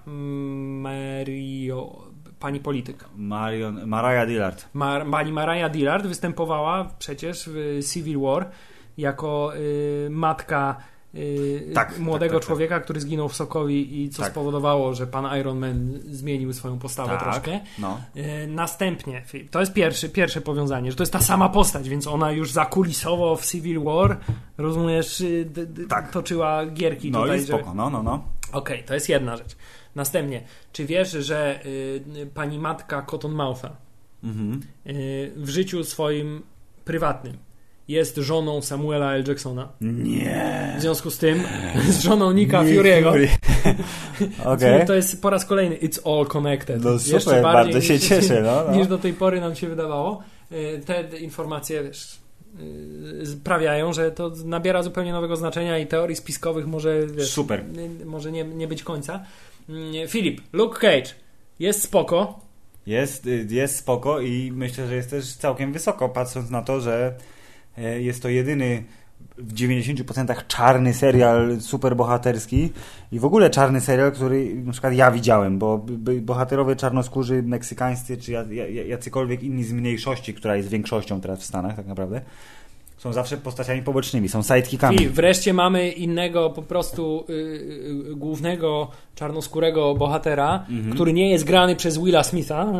Mario, pani polityk. Marion, Mariah Dillard. Mar, pani Mariah Dillard występowała przecież w Civil War jako y, matka Yy, tak, młodego tak, tak, człowieka, tak. który zginął w Sokowi i co tak. spowodowało, że pan Iron Man zmienił swoją postawę tak, troszkę. No. Yy, następnie, to jest pierwszy, pierwsze powiązanie, że to jest ta sama postać, więc ona już zakulisowo w Civil War, rozumiesz, d- d- tak. toczyła gierki no tutaj. No i spoko, że... no, no, no. Okej, okay, to jest jedna rzecz. Następnie, czy wiesz, że yy, pani matka Cottonmoutha mhm. yy, w życiu swoim prywatnym jest żoną Samuela L. Jacksona. Nie. W związku z tym z żoną Nicka Fury'ego. Okay. To jest po raz kolejny It's all connected. No super, jeszcze bardzo niż, się cieszę. No, no. niż do tej pory nam się wydawało. Te informacje, wiesz, sprawiają, że to nabiera zupełnie nowego znaczenia i teorii spiskowych może, wiesz, super. może nie, nie być końca. Filip, Luke Cage jest spoko. Jest, jest spoko i myślę, że jest też całkiem wysoko, patrząc na to, że jest to jedyny w dziewięćdziesięciu procentach czarny serial superbohaterski i w ogóle czarny serial, który na przykład ja widziałem, bo bohaterowie czarnoskórzy, meksykańscy czy jacykolwiek inni z mniejszości, która jest większością teraz w Stanach tak naprawdę, są zawsze postaciami pobocznymi, są sidekickami. I wreszcie mamy innego po prostu yy, głównego czarnoskórego bohatera, mm-hmm. który nie jest grany przez Willa Smitha,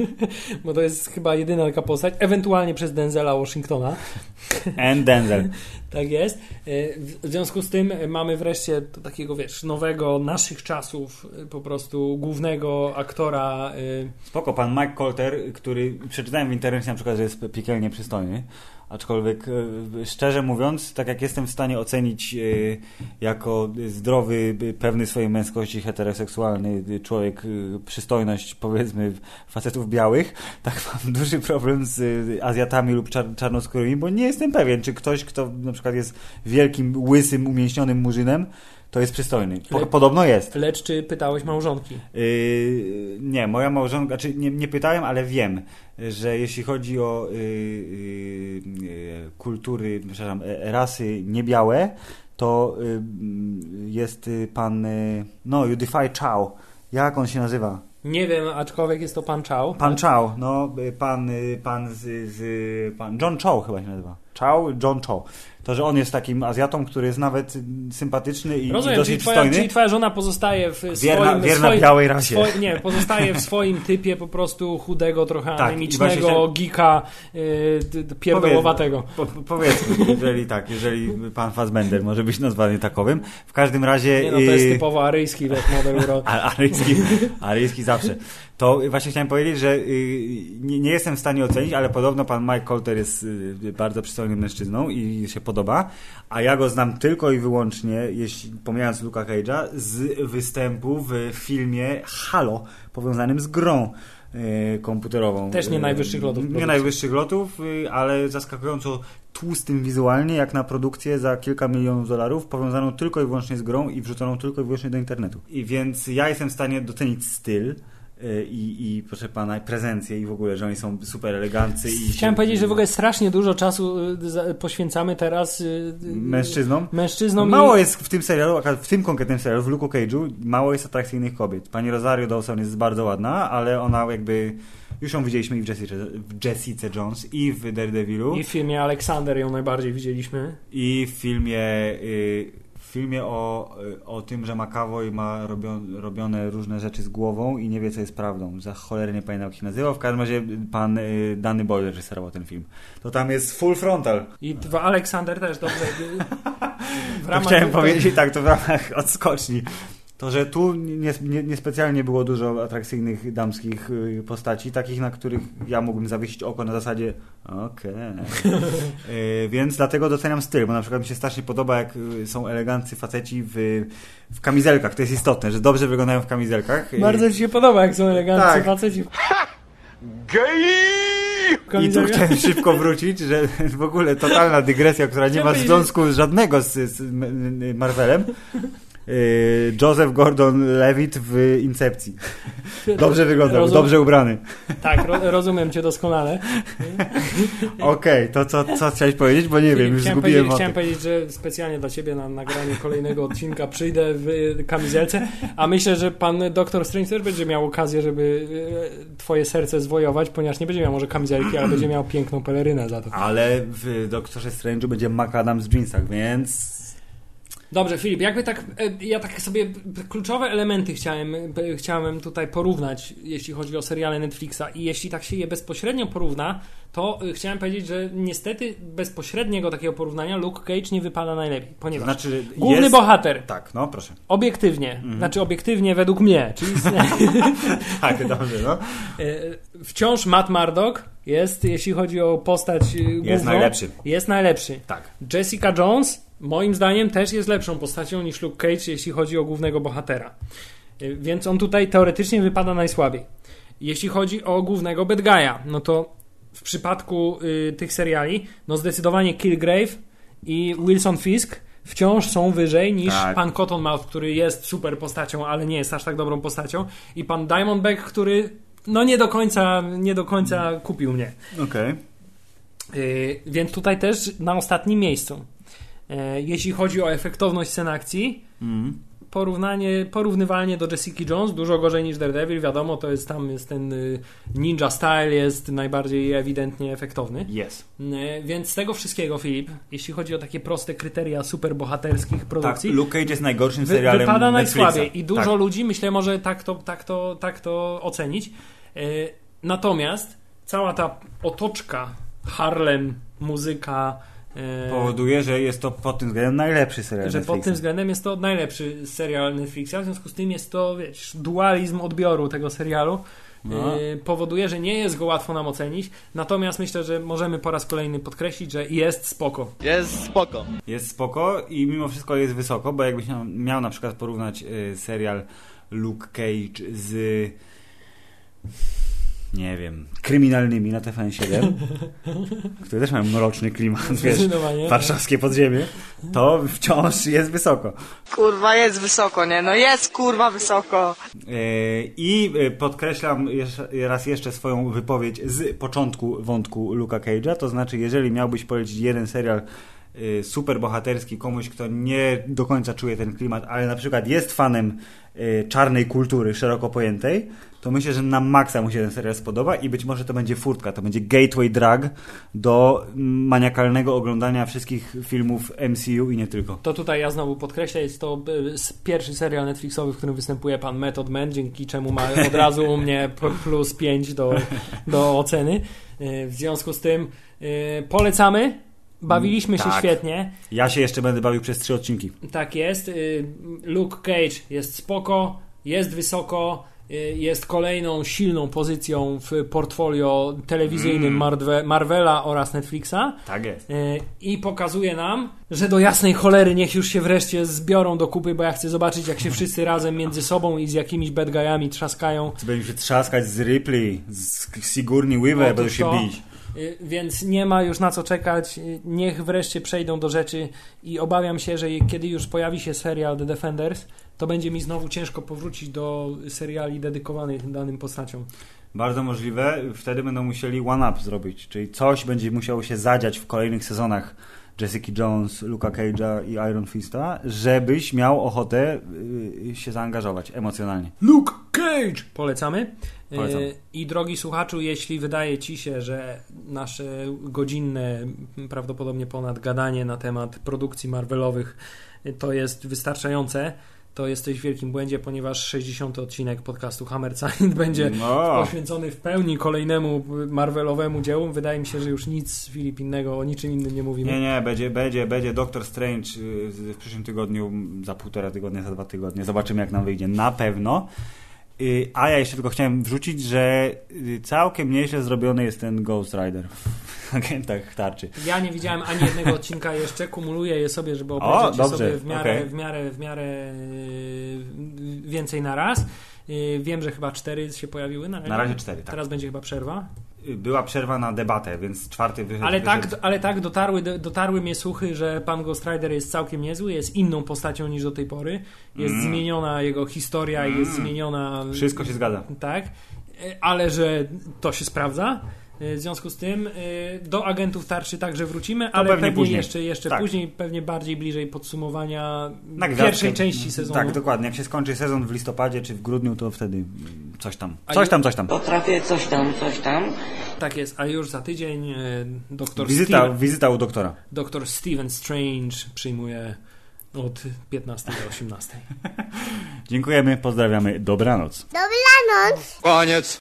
bo to jest chyba jedyna taka postać, ewentualnie przez Denzela Washingtona. And Denzel. Tak jest. W związku z tym mamy wreszcie takiego, wiesz, nowego, naszych czasów po prostu głównego aktora. Spoko, pan Mike Colter, który przeczytałem w internecie na przykład, że jest piekielnie przystojny. Aczkolwiek szczerze mówiąc, tak jak jestem w stanie ocenić jako zdrowy, pewny swojej męskości, heteroseksualny człowiek przystojność, powiedzmy, facetów białych, tak mam duży problem z Azjatami lub czar- czarnoskórymi, bo nie jestem pewien, czy ktoś, kto na przykład jest wielkim, łysym, umięśnionym murzynem, to jest przystojny. Po, Le- podobno jest. Lecz czy pytałeś małżonki? Yy, nie, moja małżonka, znaczy nie, nie pytałem, ale wiem, że jeśli chodzi o yy, yy, kultury, przepraszam, rasy niebiałe, to yy, jest pan, yy, no, Yudify Chow. Jak on się nazywa? Nie wiem, aczkolwiek jest to pan Chow. Pan Chow, no, pan, pan z, z pan John Cho chyba się nazywa. Chow, John Cho. To, że on jest takim Azjatą, który jest nawet sympatyczny i, Rozumiem, i dosyć czyli twoja, przystojny. Czyli twoja żona pozostaje w wierna, swoim... Wierna swoim, białej rasie. Swoi, nie, pozostaje w swoim typie po prostu chudego, trochę tak, anemicznego, chciałem... geeka, yy, pierdołowatego. Po, po, powiedzmy, jeżeli tak, jeżeli pan Fassbender może być nazwany takowym. W każdym razie... Nie no, to jest typowo aryjski model urody. aryjski, aryjski zawsze. To właśnie chciałem powiedzieć, że nie, nie jestem w stanie ocenić, ale podobno pan Mike Colter jest bardzo przystojnym mężczyzną i się podoba, a ja go znam tylko i wyłącznie, jeśli pomijając Luke'a Cage'a, z występu w filmie Halo, powiązanym z grą y, komputerową. Też nie najwyższych lotów. Nie produkcji. najwyższych lotów, y, ale zaskakująco tłustym wizualnie, jak na produkcję za kilka milionów dolarów, powiązaną tylko i wyłącznie z grą i wrzuconą tylko i wyłącznie do internetu. I więc ja jestem w stanie docenić styl, I, i proszę pana, prezencję i w ogóle, że oni są super eleganccy. I Chciałem się... powiedzieć, że w ogóle strasznie dużo czasu poświęcamy teraz mężczyznom. mężczyznom mało i... jest w tym serialu, w tym konkretnym serialu, w Luke'u Cage'u, mało jest atrakcyjnych kobiet. Pani Rosario Dawson jest bardzo ładna, ale ona jakby... Już ją widzieliśmy i w Jessica, w Jessica Jones i w Daredevilu. I w filmie Aleksander ją najbardziej widzieliśmy. I w filmie... Y... W filmie o, o tym, że McAvoy ma robio, robione różne rzeczy z głową i nie wie, co jest prawdą. Za cholerę nie pamiętam, jak się nazywał. W każdym razie pan y, Danny Boyle reżyserował ten film. To tam jest full frontal. I dwa Aleksander też, dobrze. W ramach... Chciałem to... powiedzieć tak, to w ramach odskoczni. To, że tu niespecjalnie nie, nie specjalnie było dużo atrakcyjnych damskich postaci, takich, na których ja mógłbym zawiesić oko na zasadzie okej. Okay. yy, więc dlatego doceniam styl, bo na przykład mi się strasznie podoba, jak są eleganccy faceci w, w kamizelkach. To jest istotne, że dobrze wyglądają w kamizelkach. Bardzo ci się podoba, jak są eleganccy tak. faceci. Gej! I tu chciałem szybko wrócić, że w ogóle totalna dygresja, która nie ma związku żadnego z, z Marvelem. Joseph Gordon-Levitt w Incepcji. Dobrze wyglądał, Rozum... dobrze ubrany. Tak, ro- rozumiem cię doskonale. Okej, okay, to co, co chciałeś powiedzieć? Bo nie wiem, już chciałem zgubiłem powiedzieć, Chciałem powiedzieć, że specjalnie dla ciebie na nagranie kolejnego odcinka przyjdę w kamizelce, a myślę, że pan doktor Strange też będzie miał okazję, żeby twoje serce zwojować, ponieważ nie będzie miał może kamizelki, ale będzie miał piękną pelerynę za to. Ale w Doktorze Strange'u będzie McAdams w jeansach, więc... Dobrze, Filip, jakby tak, ja tak sobie kluczowe elementy chciałem, chciałem tutaj porównać, jeśli chodzi o seriale Netflixa i jeśli tak się je bezpośrednio porówna, to chciałem powiedzieć, że niestety bezpośredniego takiego porównania Luke Cage nie wypada najlepiej, ponieważ znaczy główny jest... bohater, tak, no proszę, obiektywnie, mhm. znaczy obiektywnie według mnie, czyli tak, dobrze, no. Wciąż Matt Murdock jest, jeśli chodzi o postać główną, jest najlepszy. Jest najlepszy. Tak. Jessica Jones moim zdaniem też jest lepszą postacią niż Luke Cage, jeśli chodzi o głównego bohatera. Więc on tutaj teoretycznie wypada najsłabiej. Jeśli chodzi o głównego bad guy'a, no to w przypadku y, tych seriali, no zdecydowanie Kilgrave i Wilson Fisk wciąż są wyżej niż tak. pan Cottonmouth, który jest super postacią, ale nie jest aż tak dobrą postacią, i pan Diamondback, który no nie do końca, nie do końca kupił mnie. Okej. Okay. Y, więc tutaj też na ostatnim miejscu. Jeśli chodzi o efektowność scen akcji, mm. porównanie, porównywalnie do Jessica Jones, dużo gorzej niż Daredevil, wiadomo, to jest tam jest ten ninja style jest najbardziej ewidentnie efektowny. Yes. Więc z tego wszystkiego, Filip, jeśli chodzi o takie proste kryteria superbohaterskich produkcji, tak, Luke Cage jest najgorszym serialem wy, wypada Netflixa. najsłabiej i dużo tak. ludzi, myślę, może tak to, tak to, tak to ocenić. Natomiast cała ta otoczka, Harlem, muzyka powoduje, że jest to pod tym względem najlepszy serial że Netflixa. pod tym względem jest to najlepszy serial Netflixa, w związku z tym jest to, wiesz, dualizm odbioru tego serialu. No. Yy, powoduje, że nie jest go łatwo nam ocenić, natomiast myślę, że możemy po raz kolejny podkreślić, że jest spoko. Jest spoko. Jest spoko i mimo wszystko jest wysoko, bo jakbyś miał, miał na przykład porównać y, serial Luke Cage z nie wiem, kryminalnymi na T V N siedem, które też mają mroczny klimat, wiesz, warszawskie podziemie, to wciąż jest wysoko. Kurwa, jest wysoko, nie? No jest, kurwa, wysoko. I podkreślam raz jeszcze swoją wypowiedź z początku wątku Luke'a Cage'a, to znaczy, jeżeli miałbyś polecić jeden serial super bohaterski komuś, kto nie do końca czuje ten klimat, ale na przykład jest fanem czarnej kultury szeroko pojętej, to myślę, że na maksa mu się ten serial spodoba i być może to będzie furtka, to będzie gateway drug do maniakalnego oglądania wszystkich filmów M C U i nie tylko. To tutaj ja znowu podkreślę, jest to pierwszy serial Netflixowy, w którym występuje pan Method Man, dzięki czemu ma od razu u mnie plus pięć do, do oceny. W związku z tym polecamy. Bawiliśmy tak. się świetnie. Ja się jeszcze będę bawił przez trzy odcinki. Tak jest. Luke Cage jest spoko, jest wysoko, jest kolejną silną pozycją w portfolio telewizyjnym mm. Marvela oraz Netflixa. Tak jest. I pokazuje nam, że do jasnej cholery niech już się wreszcie zbiorą do kupy, bo ja chcę zobaczyć, jak się wszyscy razem między sobą i z jakimiś bad guyami trzaskają. Będziemy się trzaskać z Ripley, z Sigourney Weaver, będą się bić. Więc nie ma już na co czekać, niech wreszcie przejdą do rzeczy i obawiam się, że kiedy już pojawi się serial The Defenders, to będzie mi znowu ciężko powrócić do seriali dedykowanych danym postaciom. Bardzo możliwe, wtedy będą musieli one-up zrobić, czyli coś będzie musiało się zadziać w kolejnych sezonach Jessica Jones, Luke'a Cage'a i Iron Fista, żebyś miał ochotę yy, się zaangażować emocjonalnie. Luke Cage! Polecamy. Polecam. Yy, I drogi słuchaczu, jeśli wydaje ci się, że nasze godzinne, prawdopodobnie ponad gadanie na temat produkcji Marvelowych to jest wystarczające, to jesteś w wielkim błędzie, ponieważ sześćdziesiąty odcinek podcastu Hammer Science będzie no. poświęcony w pełni kolejnemu Marvelowemu dziełu. Wydaje mi się, że już nic, Filip, innego, o niczym innym nie mówimy. Nie, nie, będzie, będzie, będzie Doctor Strange w przyszłym tygodniu, za półtora tygodnia, za dwa tygodnie. Zobaczymy, jak nam wyjdzie. Na pewno. A ja jeszcze tylko chciałem wrzucić, że całkiem nieźle zrobiony jest ten Ghost Rider w Agentach Tarczy. Ja nie widziałem ani jednego odcinka jeszcze, kumuluję je sobie, żeby obejrzeć je sobie w miarę, okay. w miarę, w miarę więcej na raz. Yy, wiem, że chyba cztery się pojawiły na razie. Na razie cztery, tak. Teraz będzie chyba przerwa. Była przerwa na debatę, więc czwarty wyszedł. Ale wyszedł... tak, ale tak dotarły, dotarły mnie słuchy, że pan Ghost Rider jest całkiem niezły, jest inną postacią niż do tej pory. Jest mm. zmieniona jego historia, mm. jest zmieniona... Wszystko się zgadza. Tak, ale że to się sprawdza. W związku z tym do Agentów Tarczy także wrócimy, ale pewnie, pewnie jeszcze, jeszcze tak. później, pewnie bardziej bliżej podsumowania na pierwszej części sezonu. Tak, dokładnie. Jak się skończy sezon w listopadzie czy w grudniu, to wtedy coś tam. Coś tam, coś tam. Potrafię coś tam, coś tam. Tak jest, a już za tydzień doktor wizyta, Steven, wizyta u doktora. Doktor Stephen Strange przyjmuje od piętnastej do osiemnastej. Dziękujemy, pozdrawiamy. Dobranoc. Dobranoc. Koniec.